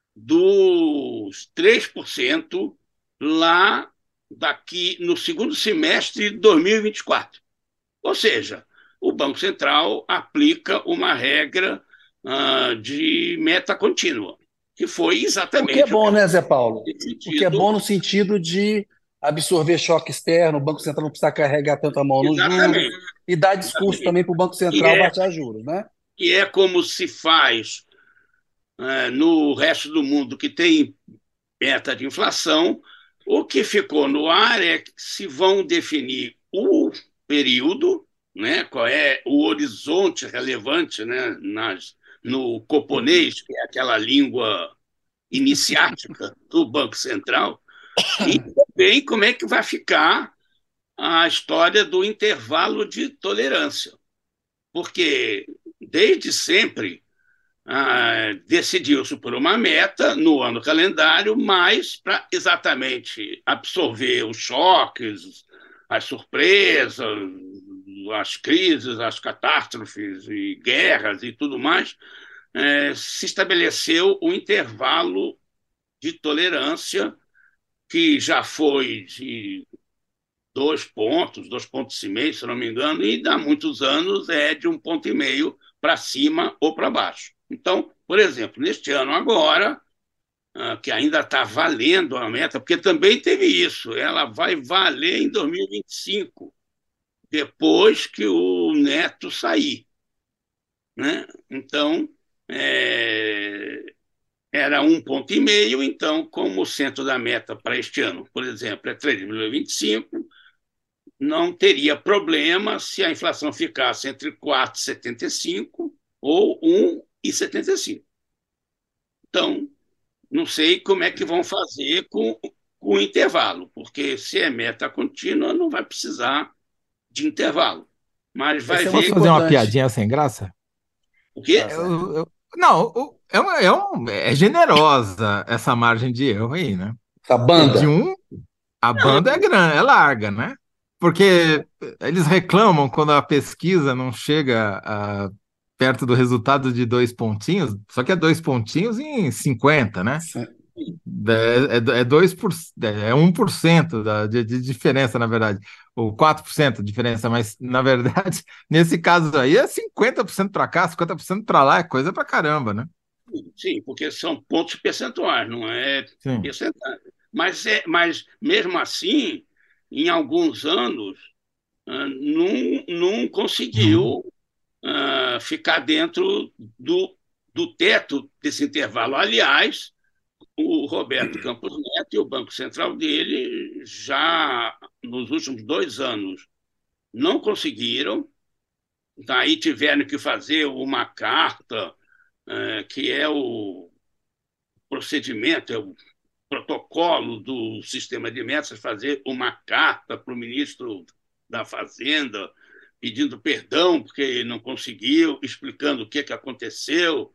dos três por cento lá daqui no segundo semestre de dois mil e vinte e quatro. Ou seja, o Banco Central aplica uma regra uh, de meta contínua, que foi O que é exatamente o que bom, né, Zé Paulo? O que é sentido. bom no sentido de absorver choque externo, o Banco Central não precisa carregar tanto a mão nos juros Exatamente, e dar discurso exatamente. também para o Banco E Central é, baixar juros, né? e é como se faz é, no resto do mundo que tem meta de inflação. O que ficou no ar é que se vão definir o período, né, qual é o horizonte relevante, né, nas, no coponês, que é aquela língua iniciática do Banco Central, e também como é que vai ficar a história do intervalo de tolerância. Porque, desde sempre, ah, decidiu-se por uma meta no ano calendário, mas para exatamente absorver os choques, as surpresas, as crises, as catástrofes e guerras e tudo mais, eh, se estabeleceu um intervalo de tolerância que já foi de dois pontos, dois pontos e meio, se não me engano, e há muitos anos é de um ponto e meio para cima ou para baixo. Então, por exemplo, neste ano agora, ah, que ainda está valendo a meta, porque também teve isso, ela vai valer em dois mil e vinte e cinco, depois que o Neto sair, né? Então, é, era um ponto e meio, então, como o centro da meta para este ano, por exemplo, é três vírgula vinte e cinco, não teria problema se a inflação ficasse entre quatro vírgula setenta e cinco ou um vírgula setenta e cinco. Então, não sei como é que vão fazer com, com o intervalo, porque se é meta contínua, não vai precisar de intervalo. Mas vai Esse é Posso muito ver fazer uma importante. piadinha sem graça? o quê? Tá certo. Eu, eu- não, o- é, uma- é, um- é generosa essa margem de erro aí, né? Essa Porque de banda. um, a Não, banda é grande, é larga, né? Porque eles reclamam quando a pesquisa não chega a- perto do resultado de dois pontinhos, só que é dois pontinhos em cinquenta, né? É, é, é dois por, é um por cento da, de, de diferença, na verdade, ou quatro por cento de diferença, mas na verdade, nesse caso aí é cinquenta por cento para cá, cinquenta por cento para lá, é coisa pra caramba, né? sim, porque são pontos percentuais, não é Sim. percentagem. Mas, é, mas mesmo assim, em alguns anos, ah, não, não Uhum. conseguiu ah, ficar dentro do, do teto desse intervalo. Aliás, o Roberto Campos Neto e o Banco Central dele já nos últimos dois anos não conseguiram, daí tiveram que fazer uma carta, eh, que é o procedimento, é o protocolo do sistema de metas, fazer uma carta para o ministro da Fazenda pedindo perdão porque não conseguiu, explicando o que, que aconteceu.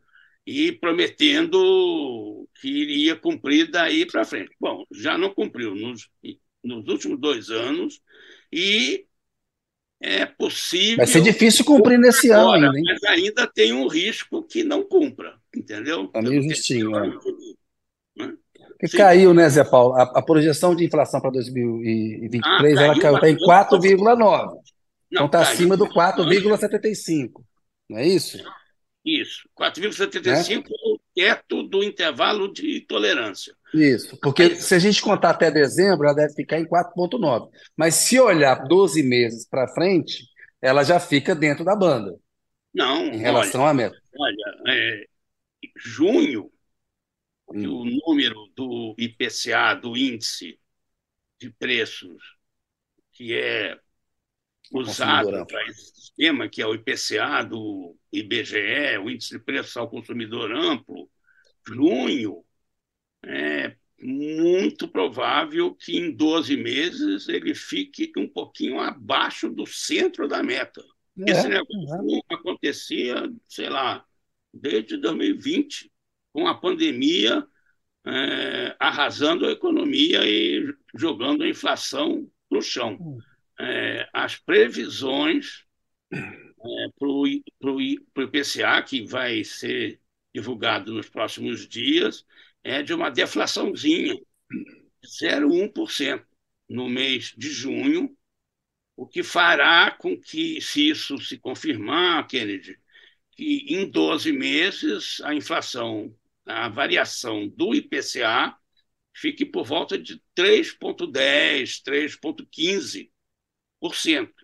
e prometendo que iria cumprir daí para frente. Bom, já não cumpriu nos, nos últimos dois anos e é Vai ser possível que difícil cumprir nesse ano agora, ainda, hein? mas ainda tem um risco que não cumpra, entendeu? Tá meio Pelo que eles justinho, é. falaram comigo, né? Porque Sim. caiu, né, Zé Paulo? A, a projeção de inflação para Ah, dois mil e vinte e três, ela caiu caiu, está em bastante. quatro vírgula nove. Então Não, está caiu acima do bastante. quatro vírgula setenta e cinco. Não é isso? Isso, quatro vírgula setenta e Né? cinco o teto do intervalo de tolerância. Isso. Porque Mas, se a gente contar até dezembro, ela deve ficar em quatro vírgula nove. Mas se olhar doze meses para frente, ela já fica dentro da banda, em não, olha, relação à meta. olha, é, junho, que Hum, o número do I P C A, do índice de preços, que é ao consumidor usado amplo. para esse sistema, que é o I P C A do I B G E, o índice de preços ao consumidor amplo, junho, é muito provável que em doze meses ele fique um pouquinho abaixo do centro da meta. É, Esse negócio é. não acontecia, sei lá, desde dois mil e vinte, com a pandemia é, arrasando a economia e jogando a inflação no chão. É, as previsões é, para o I P C A, que vai ser divulgado nos próximos dias, é de uma deflaçãozinha, zero vírgula um por cento no mês de junho, o que fará com que, se isso se confirmar, Kennedy, que em doze meses a inflação, a variação do I P C A fique por volta de três vírgula dez, três vírgula quinze por cento,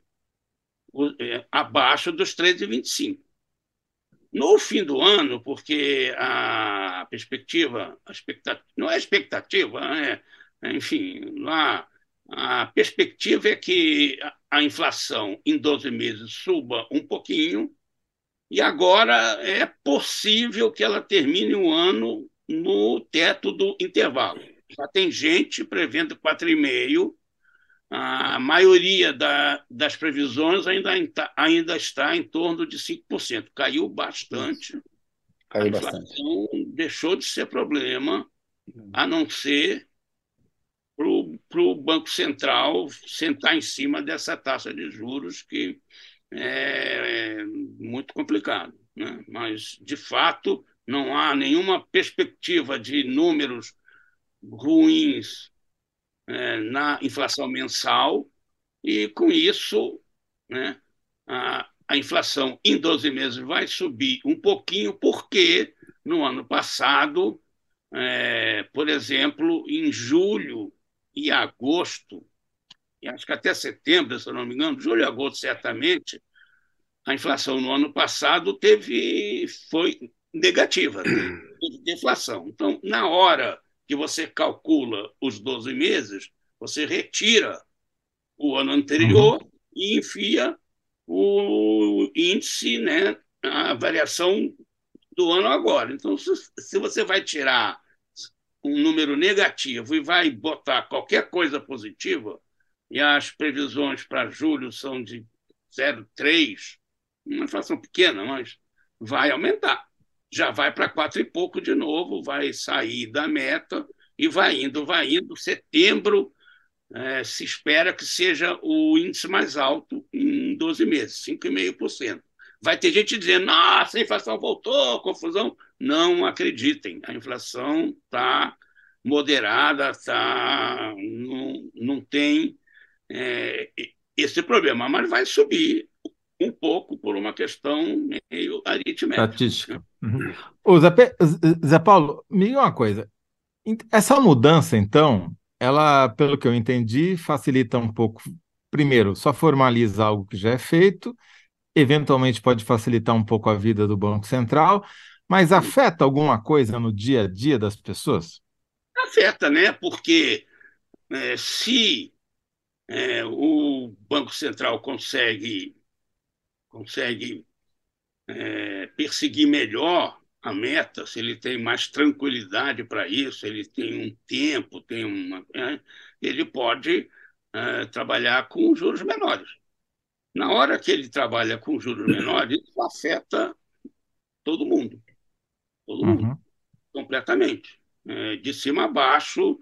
abaixo dos três vírgula vinte e cinco por cento. No fim do ano, porque a perspectiva, a expectativa não é expectativa, é, enfim, lá a perspectiva é que a inflação em doze meses suba um pouquinho, e agora é possível que ela termine o ano no teto do intervalo. Já tem gente prevendo quatro vírgula cinco por cento, a maioria da, das previsões ainda, ainda está em torno de cinco por cento. Caiu Isso. bastante, a Caiu bastante. inflação deixou de ser problema, a não ser para o Banco Central sentar em cima dessa taxa de juros, que é muito complicado, né? Mas, de fato, não há nenhuma perspectiva de números ruins é, na inflação mensal, e, com isso, né, a, a inflação em doze meses vai subir um pouquinho, porque no ano passado, é, por exemplo, em julho e agosto, e acho que até setembro, se eu não me engano, julho e agosto, certamente, a inflação no ano passado teve, foi negativa, teve deflação. Então, na hora que você calcula os doze meses, você retira o ano Uhum. anterior e enfia o índice, né, a variação do ano agora. Então, se, se você vai tirar um número negativo e vai botar qualquer coisa positiva, e as previsões para julho são de zero vírgula três, uma inflação pequena, mas vai aumentar. Já vai para quatro e pouco de novo, vai sair da meta e vai indo, vai indo. Setembro é, se espera que seja o índice mais alto em doze meses, cinco vírgula cinco por cento. Vai ter gente dizendo, nossa, a inflação voltou, confusão. Não acreditem, a inflação está moderada, tá, não, não tem é, esse problema, mas vai subir um pouco por uma questão meio aritmética. Né? Estatística. Uhum. Ô, Zé, Pe- Zé Paulo, me diga uma coisa. Essa mudança, então, ela, pelo que eu entendi, facilita um pouco. Primeiro, só formaliza algo que já é feito, eventualmente pode facilitar um pouco a vida do Banco Central, mas afeta alguma coisa no dia a dia das pessoas? Afeta, né? Porque é, se é, o Banco Central consegue, consegue é, perseguir melhor a meta, se ele tem mais tranquilidade para isso, ele tem um tempo, tem uma, é, ele pode é, trabalhar com juros menores. Na hora que ele trabalha com juros menores, isso afeta todo mundo. Todo mundo, Uhum. completamente. É, de cima a baixo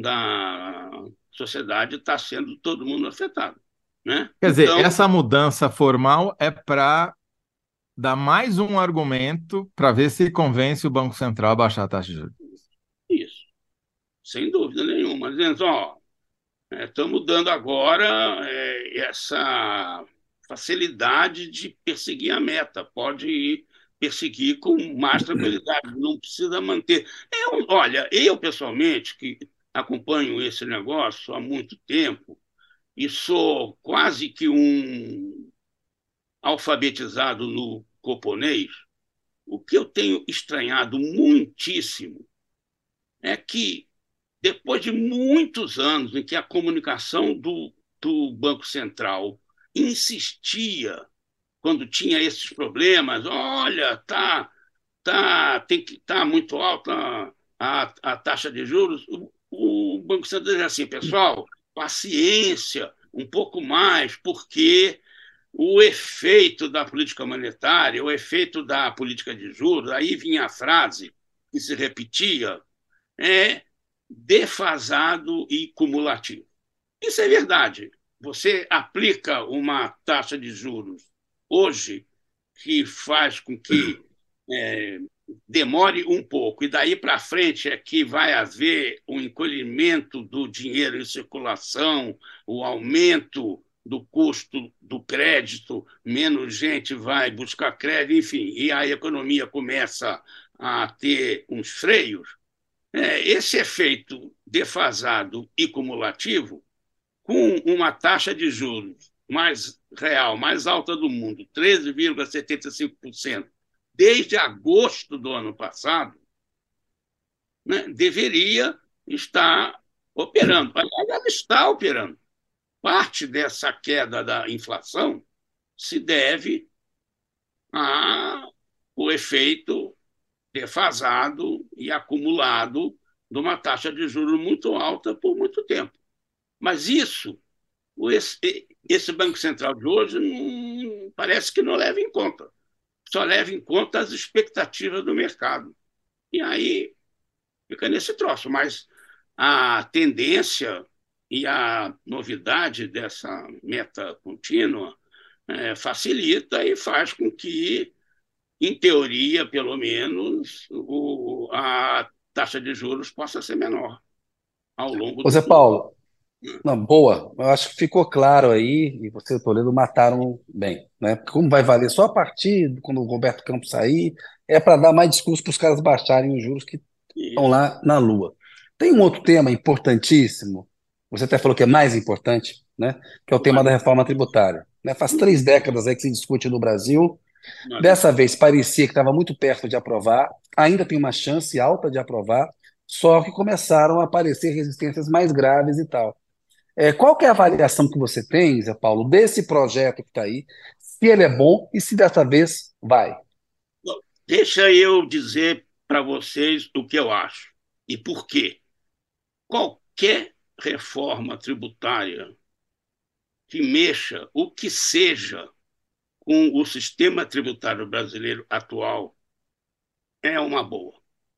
da sociedade está sendo todo mundo afetado, né? Quer dizer, Então, essa mudança formal é para dar mais um argumento para ver se convence o Banco Central a baixar a taxa de juros. isso, sem dúvida nenhuma. Dizendo, ó, estamos dando agora é, essa facilidade de perseguir a meta. Pode ir perseguir com mais tranquilidade, não precisa manter. Eu, olha, eu pessoalmente, que acompanho esse negócio há muito tempo e sou quase que um alfabetizado no coponês, o que eu tenho estranhado muitíssimo é que depois de muitos anos em que a comunicação do, do Banco Central insistia, quando tinha esses problemas, olha, tá, tá, tem que tá muito alta a, a taxa de juros, o, o Banco Central diz assim, pessoal, paciência, um pouco mais, porque o efeito da política monetária, o efeito da política de juros, aí vinha a frase que se repetia, é defasado e cumulativo. Isso é verdade. Você aplica uma taxa de juros hoje que faz com que é, demore um pouco, e daí para frente é que vai haver um encolhimento do dinheiro em circulação, o aumento do custo do crédito, menos gente vai buscar crédito, enfim, e a economia começa a ter uns freios. É, esse efeito defasado e cumulativo, com uma taxa de juros mais real, mais alta do mundo, treze vírgula setenta e cinco por cento, desde agosto do ano passado, né, deveria estar operando. Aliás, ela está operando. Parte dessa queda da inflação se deve ao efeito defasado e acumulado de uma taxa de juros muito alta por muito tempo. Mas isso, esse, esse Banco Central de hoje não, parece que não leva em conta. Só leva em conta as expectativas do mercado. E aí fica nesse troço. Mas a tendência e a novidade dessa meta contínua é, facilita e faz com que, em teoria, pelo menos, o, a taxa de juros possa ser menor ao longo Ô do Zé tempo. Paulo, não, boa, eu acho que ficou claro aí, e você e o Toledo mataram bem, né? Porque como vai valer só a partir de quando o Roberto Campos sair, é para dar mais discurso para os caras baixarem os juros que estão Isso. lá na Lua. Tem um outro tema importantíssimo, você até falou que é mais importante, né? Que é o tema da reforma tributária. Né? Faz três décadas aí que se discute no Brasil. Dessa vez parecia que estava muito perto de aprovar, ainda tem uma chance alta de aprovar, só que começaram a aparecer resistências mais graves e tal. É, qual que é a avaliação que você tem, Zé Paulo, desse projeto que está aí, se ele é bom e se dessa vez vai? Deixa eu dizer para vocês o que eu acho e por quê. Qualquer reforma tributária que mexa o que seja com o sistema tributário brasileiro atual é uma boa.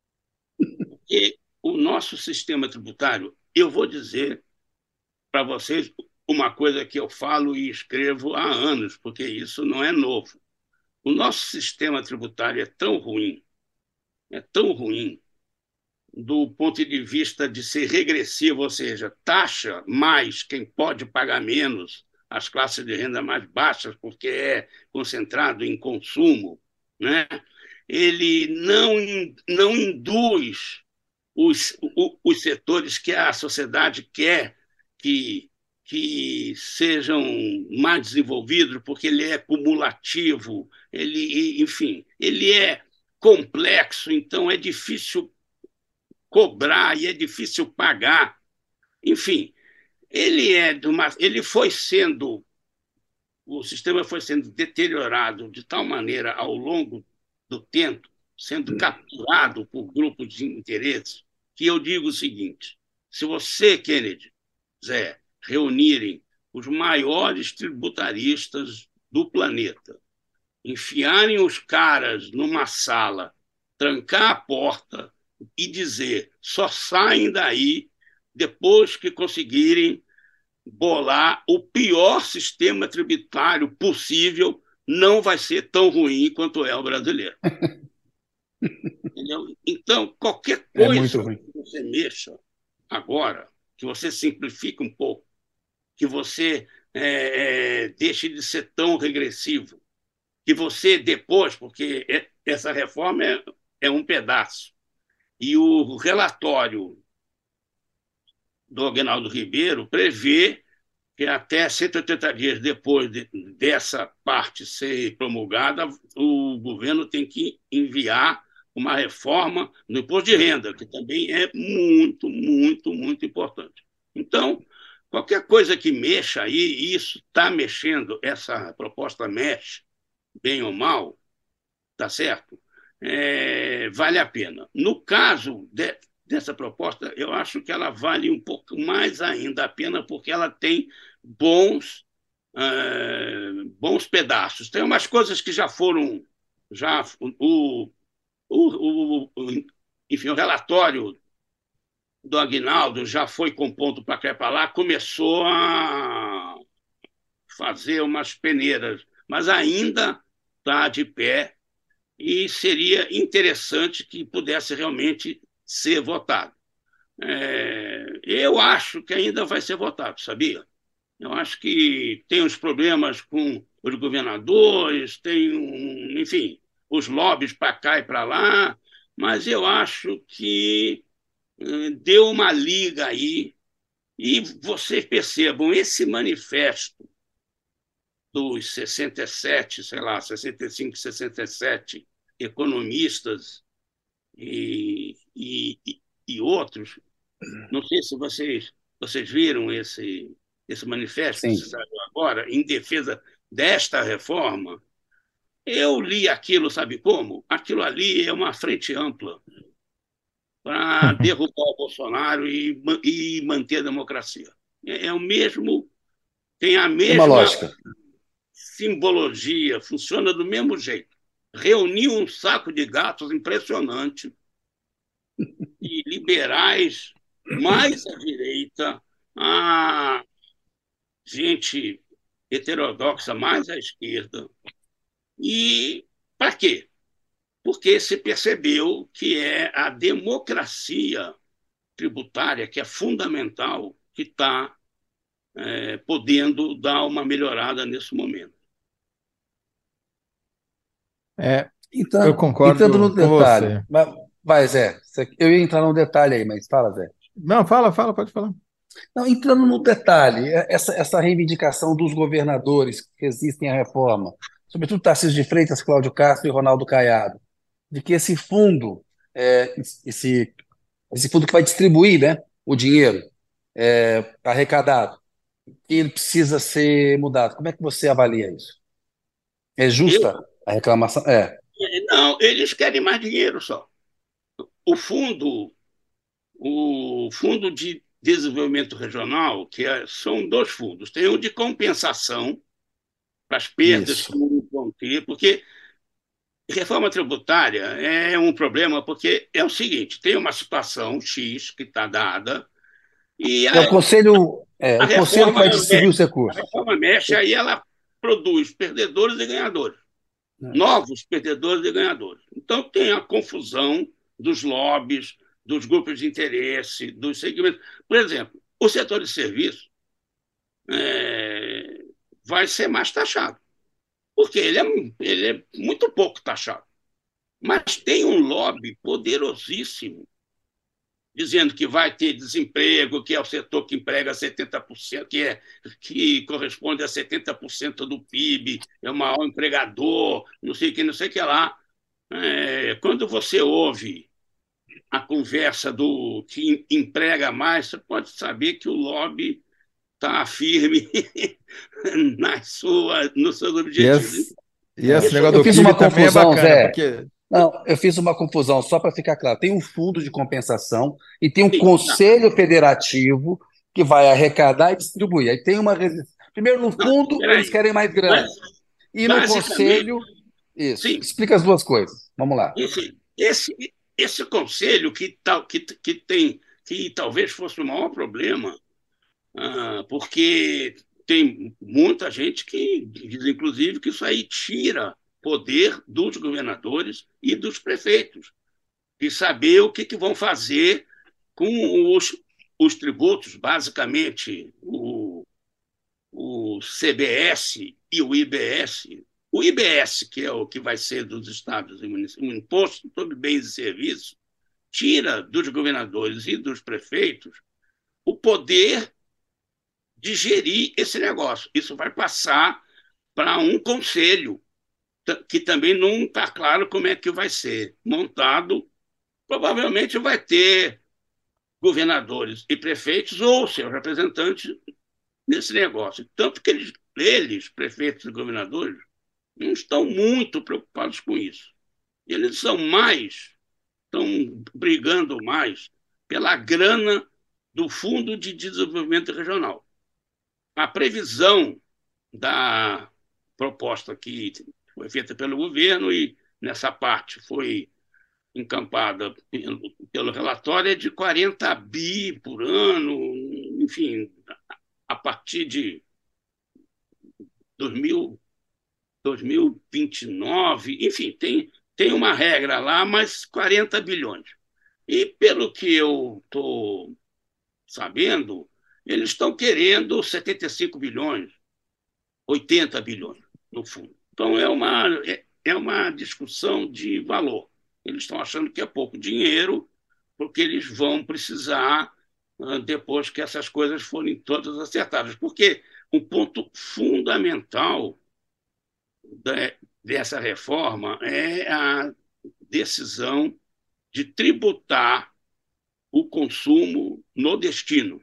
Porque o nosso sistema tributário, eu vou dizer para vocês uma coisa que eu falo e escrevo há anos, porque isso não é novo. O nosso sistema tributário é tão ruim, é tão ruim, do ponto de vista de ser regressivo, ou seja, taxa mais quem pode pagar menos, as classes de renda mais baixas, porque é concentrado em consumo, né? Ele não, não induz os, os setores que a sociedade quer que, que sejam mais desenvolvidos, porque ele é cumulativo, ele, enfim, ele é complexo, então é difícil cobrar e é difícil pagar. Enfim, ele é de uma, ele foi sendo, o sistema foi sendo deteriorado de tal maneira ao longo do tempo, sendo capturado por grupos de interesse, que eu digo o seguinte: se você, Kennedy, Zé, reunirem os maiores tributaristas do planeta, enfiarem os caras numa sala trancar a porta e dizer só saem daí depois que conseguirem bolar o pior sistema tributário possível, não vai ser tão ruim quanto é o brasileiro. Entendeu? Então, qualquer É muito coisa ruim. que você mexa agora, que você simplifique um pouco, que você é, é, deixe de ser tão regressivo, que você depois, porque essa reforma é, é um pedaço, e o relatório do Aguinaldo Ribeiro prevê que até cento e oitenta dias depois de, dessa parte ser promulgada, o governo tem que enviar uma reforma no imposto de renda, que também é muito, muito, muito importante. Então, qualquer coisa que mexa aí, e isso está mexendo, essa proposta mexe, bem ou mal, tá certo? É, vale a pena. No caso de, dessa proposta, eu acho que ela vale um pouco mais ainda a pena, porque ela tem bons, uh, bons pedaços. Tem umas coisas que já foram. Já, o, o, o, o, enfim, o relatório do Aguinaldo já foi com ponto para cá e para lá, começou a fazer umas peneiras, mas ainda está de pé e seria interessante que pudesse realmente ser votado. É, eu acho que ainda vai ser votado, sabia? Eu acho que tem uns problemas com os governadores, tem, um, enfim, os lobbies para cá e para lá, mas eu acho que eh, deu uma liga aí. E vocês percebam, esse manifesto dos sessenta e sete, sei lá, sessenta e cinco, sessenta e sete economistas e, e, e outros, não sei se vocês, vocês viram esse, esse manifesto que Sim. se saiu agora, em defesa desta reforma. Eu li aquilo, sabe como? Aquilo ali é uma frente ampla para derrubar o Bolsonaro e, e manter a democracia. É, é o mesmo, tem a Tem uma mesma lógica. simbologia, funciona do mesmo jeito. Reuniu um saco de gatos impressionante e liberais mais à direita, a gente heterodoxa mais à esquerda. E para quê? Porque se percebeu que é a democracia tributária, que é fundamental, que está é, podendo dar uma melhorada nesse momento. É, eu Entrando, entrando no concordo com detalhe. você. Vai, vai, Zé. Eu ia entrar no detalhe aí, mas fala, Zé. Não, fala, fala, pode falar. Não, entrando no detalhe, essa, essa reivindicação dos governadores que resistem à reforma, sobretudo Tarcísio de Freitas, Cláudio Castro e Ronaldo Caiado, de que esse fundo, é, esse, esse fundo que vai distribuir, né, o dinheiro é, arrecadado, que ele precisa ser mudado. Como é que você avalia isso? É Eu, justa a reclamação? É, não, eles querem mais dinheiro só. O fundo, o fundo de desenvolvimento regional, que é, são dois fundos. Tem um de compensação para as perdas que isso. não vão ter, porque reforma tributária é um problema, porque é o seguinte, tem uma situação X que está dada, e É o a, conselho, é, a o conselho que reforma vai distribuir os a recursos. reforma mexe, aí ela produz perdedores e ganhadores. Novos perdedores e ganhadores. Então, tem a confusão dos lobbies, dos grupos de interesse, dos segmentos. Por exemplo, o setor de serviço é, vai ser mais taxado, porque ele é, ele é muito pouco taxado. Mas tem um lobby poderosíssimo dizendo que vai ter desemprego, que é o setor que emprega setenta por cento, que, é, que corresponde a setenta por cento do P I B, é o maior empregador, não sei o que, não sei o que lá. É, quando você ouve a conversa do que emprega mais, você pode saber que o lobby está firme nas suas, nos seus E objetivos. esse, e É. esse Isso, negócio Eu do fiz uma P I B também é confusão, bacana, Zé. porque Não, eu fiz uma confusão, só para ficar claro. Tem um fundo de compensação e tem um sim, não, conselho federativo que vai arrecadar e distribuir. Aí tem uma resistência. Primeiro, no não, fundo, eles peraí. querem mais grana. Mas, E no basicamente, conselho, isso. sim, Explica as duas coisas. Vamos lá. enfim, esse, esse conselho que, tal, que, que tem, que talvez fosse o maior problema, ah, porque tem muita gente que diz, inclusive, que isso aí tira poder dos governadores e dos prefeitos, e saber o que, que vão fazer com os, os tributos, basicamente o, o C B S e o I B S. O I B S, que é o que vai ser dos estados e municípios, o Imposto sobre Bens e Serviços, tira dos governadores e dos prefeitos o poder de gerir esse negócio. Isso vai passar para um conselho, que também não está claro como é que vai ser montado. Provavelmente vai ter governadores e prefeitos ou seus representantes nesse negócio. Tanto que eles, eles, prefeitos e governadores, não estão muito preocupados com isso. Eles são mais, estão brigando mais pela grana do Fundo de Desenvolvimento Regional. A previsão da proposta que foi feita pelo governo e nessa parte foi encampada pelo, pelo relatório é de quarenta bi por ano, enfim, a partir de dois mil, dois mil e vinte e nove, enfim, tem, tem uma regra lá, mas quarenta bilhões. E pelo que eu estou sabendo, eles estão querendo setenta e cinco bilhões, oitenta bilhões, no fundo. Então, é uma, é, é uma discussão de valor. Eles estão achando que é pouco dinheiro, porque eles vão precisar, depois que essas coisas forem todas acertadas. Porque um ponto fundamental dessa reforma é a decisão de tributar o consumo no destino,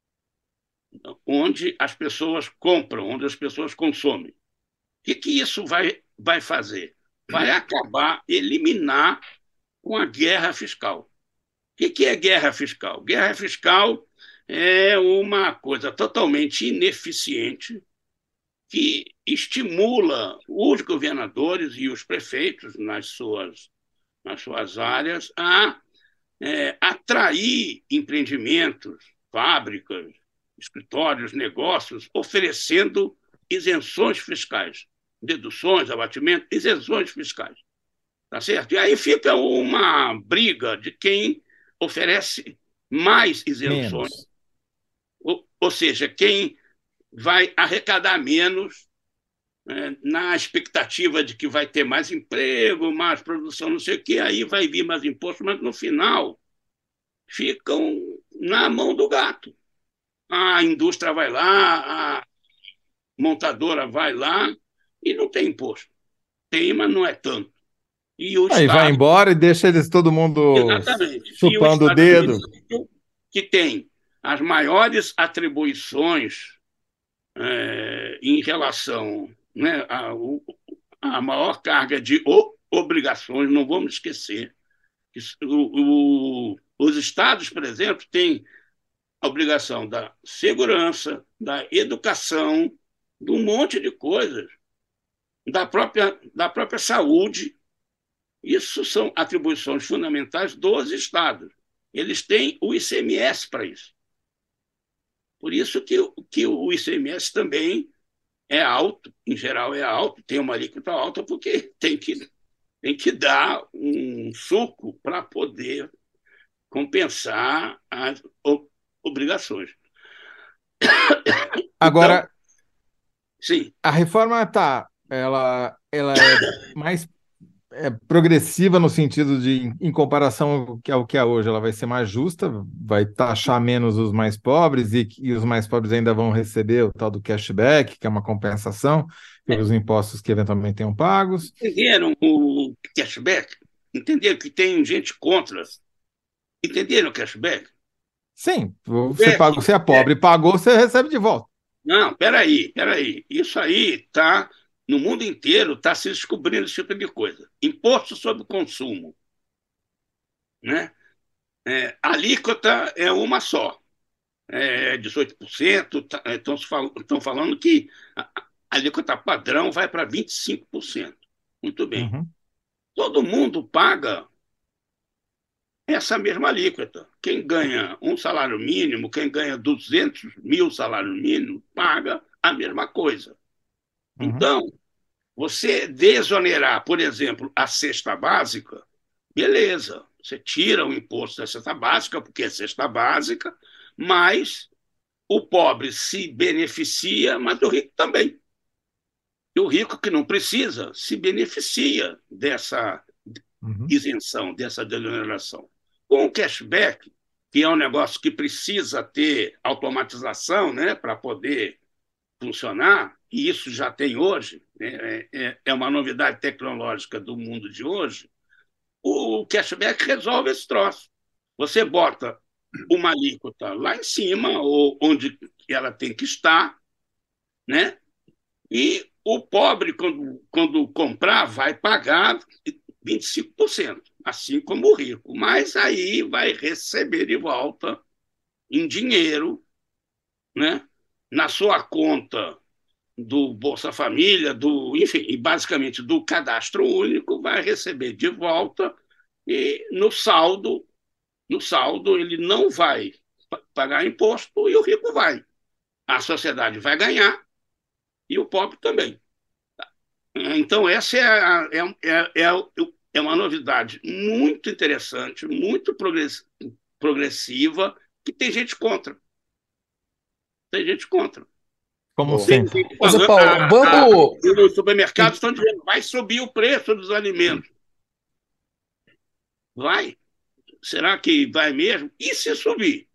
onde as pessoas compram, onde as pessoas consomem. O que, que isso vai, vai fazer? Vai acabar, eliminar com a guerra fiscal. O que, que é guerra fiscal? Guerra fiscal é uma coisa totalmente ineficiente que estimula os governadores e os prefeitos nas suas, nas suas áreas a é, atrair empreendimentos, fábricas, escritórios, negócios, oferecendo isenções fiscais, deduções, abatimento, isenções fiscais. Tá certo? E aí fica uma briga de quem oferece mais isenções, Menos. ou, ou seja, quem vai arrecadar menos, né, na expectativa de que vai ter mais emprego, mais produção, não sei o quê, aí vai vir mais imposto, mas no final ficam na mão do gato. A indústria vai lá, a montadora vai lá e não tem imposto. Tem, mas não é tanto. E o Aí vai Estado, embora e deixa eles todo mundo exatamente, e o chupando o Estado do dedo. município, que tem as maiores atribuições é, em relação, né, a, a maior carga de obrigações, não vamos esquecer. Que o, o, os estados, por exemplo, têm a obrigação da segurança, da educação, de um monte de coisas, da própria, da própria saúde. Isso são atribuições fundamentais dos estados. Eles têm o I C M S para isso. Por isso que, que o I C M S também é alto, em geral é alto, tem uma alíquota alta, porque tem que, tem que dar um suco para poder compensar as obrigações. Então, Agora, sim, a reforma tá, ela, ela é mais é, progressiva no sentido de, em, em comparação ao que, ao que é hoje, ela vai ser mais justa, vai taxar menos os mais pobres e, e os mais pobres ainda vão receber o tal do cashback, que é uma compensação pelos impostos que eventualmente tenham pagos. entenderam o cashback? Entenderam que tem gente contra? Entenderam o cashback? Sim, O você back, paga, você é é, pobre, pagou, você recebe de volta. não, peraí, peraí. Isso aí está, no mundo inteiro, está se descobrindo esse tipo de coisa. Imposto sobre o consumo. Né? É, a alíquota é uma só, é dezoito por cento. Tá, estão, estão falando que a, a alíquota padrão vai para vinte e cinco por cento. Muito bem. Uhum. Todo mundo paga essa mesma alíquota. Quem ganha um salário mínimo, quem ganha duzentos mil salário mínimo, paga a mesma coisa. Uhum. Então, você desonerar, por exemplo, a cesta básica, beleza, você tira o imposto da cesta básica, porque é cesta básica, mas o pobre se beneficia, mas o rico também. E o rico que não precisa se beneficia dessa Uhum. isenção, dessa desoneração. Com o cashback, que é um negócio que precisa ter automatização, né, para poder funcionar, e isso já tem hoje, né, é, é uma novidade tecnológica do mundo de hoje, o cashback resolve esse troço. Você bota uma alíquota lá em cima, ou onde ela tem que estar, né? E o pobre, quando, quando comprar, vai pagar vinte e cinco por cento, assim como o rico. Mas aí vai receber de volta em dinheiro, né? Na sua conta do Bolsa Família, do, enfim, e basicamente do cadastro único, vai receber de volta e no saldo, no saldo ele não vai pagar imposto e o rico vai. A sociedade vai ganhar e o pobre também. Então, essa é, a, é, é, é, é uma novidade muito interessante, muito progressiva, que tem gente contra. Tem gente contra. Como Boa. Tem sempre. gente Ô, Zé falando, Paulo, ah, ah, vamos. os supermercados estão dizendo vai subir o preço dos alimentos. Vai? Será que vai mesmo? E se subir?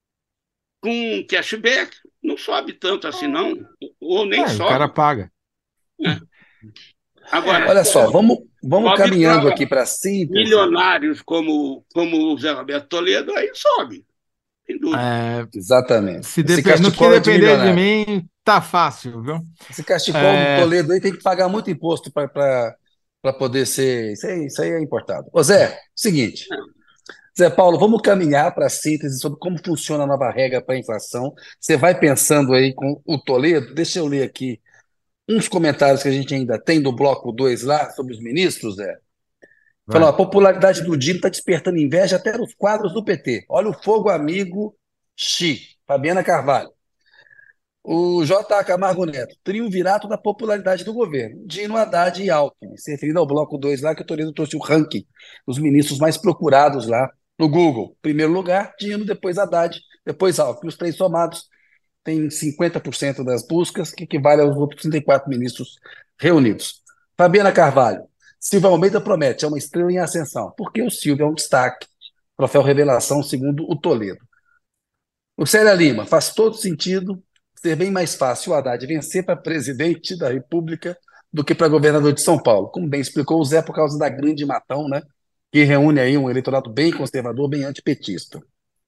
Com cashback, não sobe tanto assim, não. Ou nem É, o cara sobe. paga. Né? Agora, É, Olha só, vamos, vamos sobe caminhando para aqui para a síntese. milionários como, como o Zé Roberto Toledo, aí sobe, sem dúvida. é, Exatamente. se Esse depen- no que cachecol é de depender de milionário. mim, tá fácil, viu? Esse cachecol do É, Toledo aí tem que pagar muito imposto para poder ser. Isso aí, isso aí é importado. Ô Zé, seguinte. Zé Paulo, vamos caminhar para a síntese sobre como funciona a nova regra para a inflação. Você vai pensando aí com o Toledo. Deixa eu ler aqui uns comentários que a gente ainda tem do bloco dois lá sobre os ministros, Zé. Falou, a vai. popularidade do Dino está despertando inveja até nos quadros do P T. Olha o fogo amigo Xi, Fabiana Carvalho. O J A. Camargo Neto, triunvirato da popularidade do governo. Dino, Haddad e Alckmin. Se referindo ao bloco dois lá, que o Toledo trouxe o ranking dos ministros mais procurados lá no Google. Primeiro lugar, Dino, depois Haddad, depois Alckmin. Os três somados têm cinquenta por cento das buscas, que equivale aos outros trinta e quatro ministros reunidos. Fabiana Carvalho, Silvio Almeida promete, é uma estrela em ascensão, porque o Silvio é um destaque. Troféu Revelação, segundo o Toledo. O Célia Lima, faz todo sentido ser bem mais fácil o Haddad vencer para presidente da República do que para governador de São Paulo, como bem explicou o Zé, por causa da grande matão, né? Que reúne aí um eleitorado bem conservador, bem antipetista.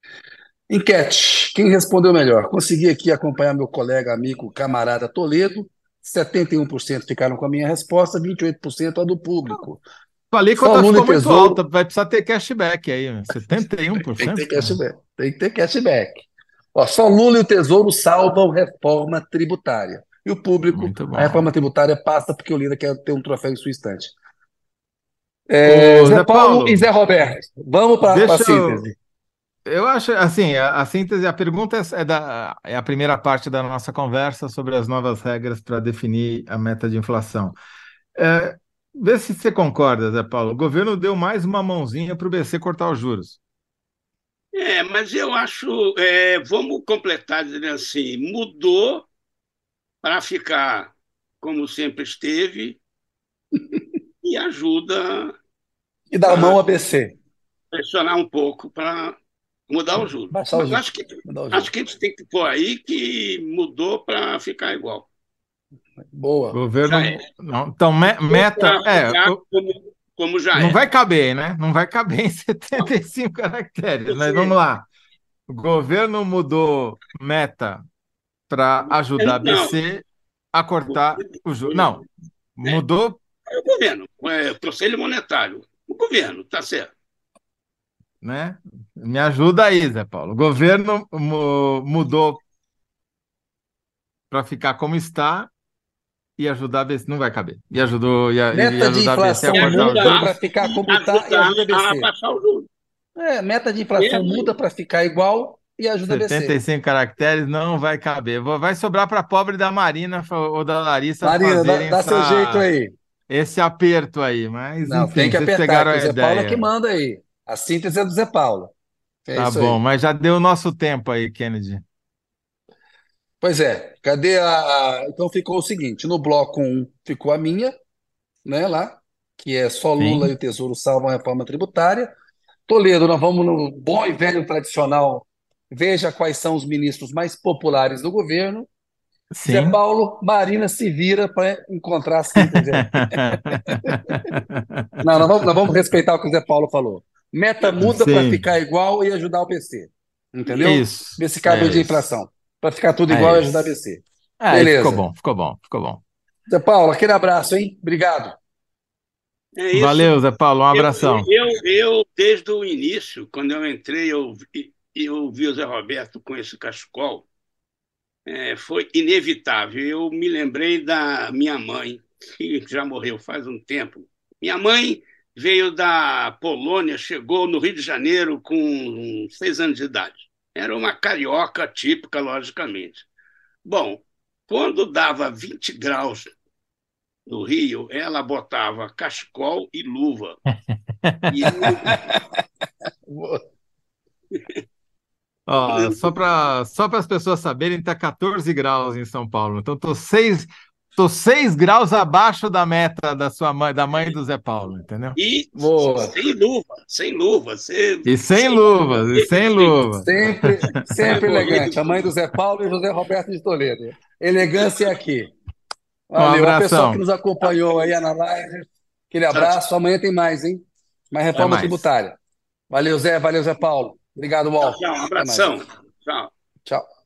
Enquete. Quem respondeu melhor? Consegui aqui acompanhar meu colega, amigo, camarada Toledo. setenta e um por cento ficaram com a minha resposta, vinte e oito por cento a do público. A Só alíquota Lula e ficou muito Tesouro. alta, vai precisar ter cashback aí, né? setenta e um por Tem que ter cento. cara. cashback. Tem que ter cashback. Ó, só Lula e o Tesouro salvam reforma tributária. E o público, Muito a bom. reforma tributária passa porque o Lira quer ter um troféu em sua estante. É, Ô, Zé Zé Paulo e Paulo, Zé Roberto, vamos para a deixa eu. síntese. Eu acho assim, a, a síntese, a pergunta é, é da, é a primeira parte da nossa conversa sobre as novas regras para definir a meta de inflação. É, vê se você concorda, Zé Paulo. O governo deu mais uma mãozinha para o B C cortar os juros. É, mas eu acho, é, vamos completar dizendo assim, mudou para ficar como sempre esteve e ajuda E dar a mão a B C. pressionar um pouco para mudar o juro. Baixar o Mas juro. acho que, Mudar o acho juro. que a gente tem que pôr aí que mudou para ficar igual. Boa. Já é. Governo. Não, então, me- meta. Para É, ficar o- como, como já não é. vai caber, né? Não vai caber em setenta e cinco caracteres, mas vamos Você, lá. O governo mudou meta para ajudar a não, B C a cortar o juros. Não, é, mudou, é o governo, é o Conselho Monetário. O governo, tá certo. né? Me ajuda aí, Zé Paulo. O governo mu- mudou para ficar como está e ajudar a B C. Não vai caber. E ajudou e, a- e Meta de ajudar a B C a E inflação cortar o muda ajudar, para juros. ficar e como está e ajudar ajuda a a B C. baixar o juro. É, meta de inflação muda para ficar igual e ajuda a setenta e B C. cinco caracteres não vai caber. Vou- Vai sobrar para a pobre da Marina fa- ou da Larissa Marina, dá, fazerem dá seu jeito essa, aí. esse aperto aí. Mas, Não, tem enfim, que vocês apertar, pegaram que o a Zé Paulo é que ideia. manda aí. A síntese é do Zé Paulo. É Tá isso bom, aí. mas já deu o nosso tempo aí, Kennedy. Pois é, cadê a. Então ficou o seguinte: no bloco um ficou a minha, né, lá, que é só Lula e Sim, o Tesouro salvam a reforma tributária. Toledo, nós vamos no bom e velho tradicional. Veja quais são os ministros mais populares do governo. Zé sim. Paulo, Marina se vira para encontrar a síntese aí. Não, nós vamos, nós vamos respeitar o que o Zé Paulo falou. Meta muda para Sim, ficar igual e ajudar o P C. Entendeu? isso, Ver se cabe o é de isso, inflação. Para ficar tudo é igual e ajudar o isso. P C. Aí ficou Beleza. bom, ficou bom, ficou bom. Zé Paulo, aquele abraço, hein? Obrigado. É isso. Valeu, Zé Paulo, um Eu, abração. eu, eu, desde o início, quando eu entrei, eu, vi- eu vi o Zé Roberto com esse cachecol, é, foi inevitável. Eu me lembrei da minha mãe, que já morreu faz um tempo. Minha mãe veio da Polônia, chegou no Rio de Janeiro com seis anos de idade. Era uma carioca típica, logicamente. Bom, quando dava vinte graus no Rio, ela botava cachecol e luva. E Ó, só para só para as pessoas saberem, tá quatorze graus em São Paulo. Então tô seis, tô seis graus abaixo da meta da sua mãe, da mãe do Zé Paulo, entendeu? E Boa. sem luva, sem luva, você E sem sem luvas, e morrer de sem frio, luvas. Sempre, vai sempre morrer de elegante. A mãe do frio. Zé Paulo e José Roberto de Toledo. Elegância é aqui. Um Valeu. A pessoal que abração. nos acompanhou aí na live, aquele Tchau, tchau. abraço. Amanhã tem mais, hein? Mais Até reforma mais. tributária. Valeu, Zé. Valeu, Zé Paulo. Obrigado, Tchau, Wal. tchau. Um Até mais, abração. gente. Tchau. Tchau.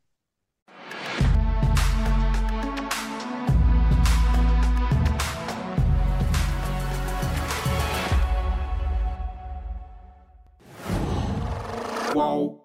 Qual?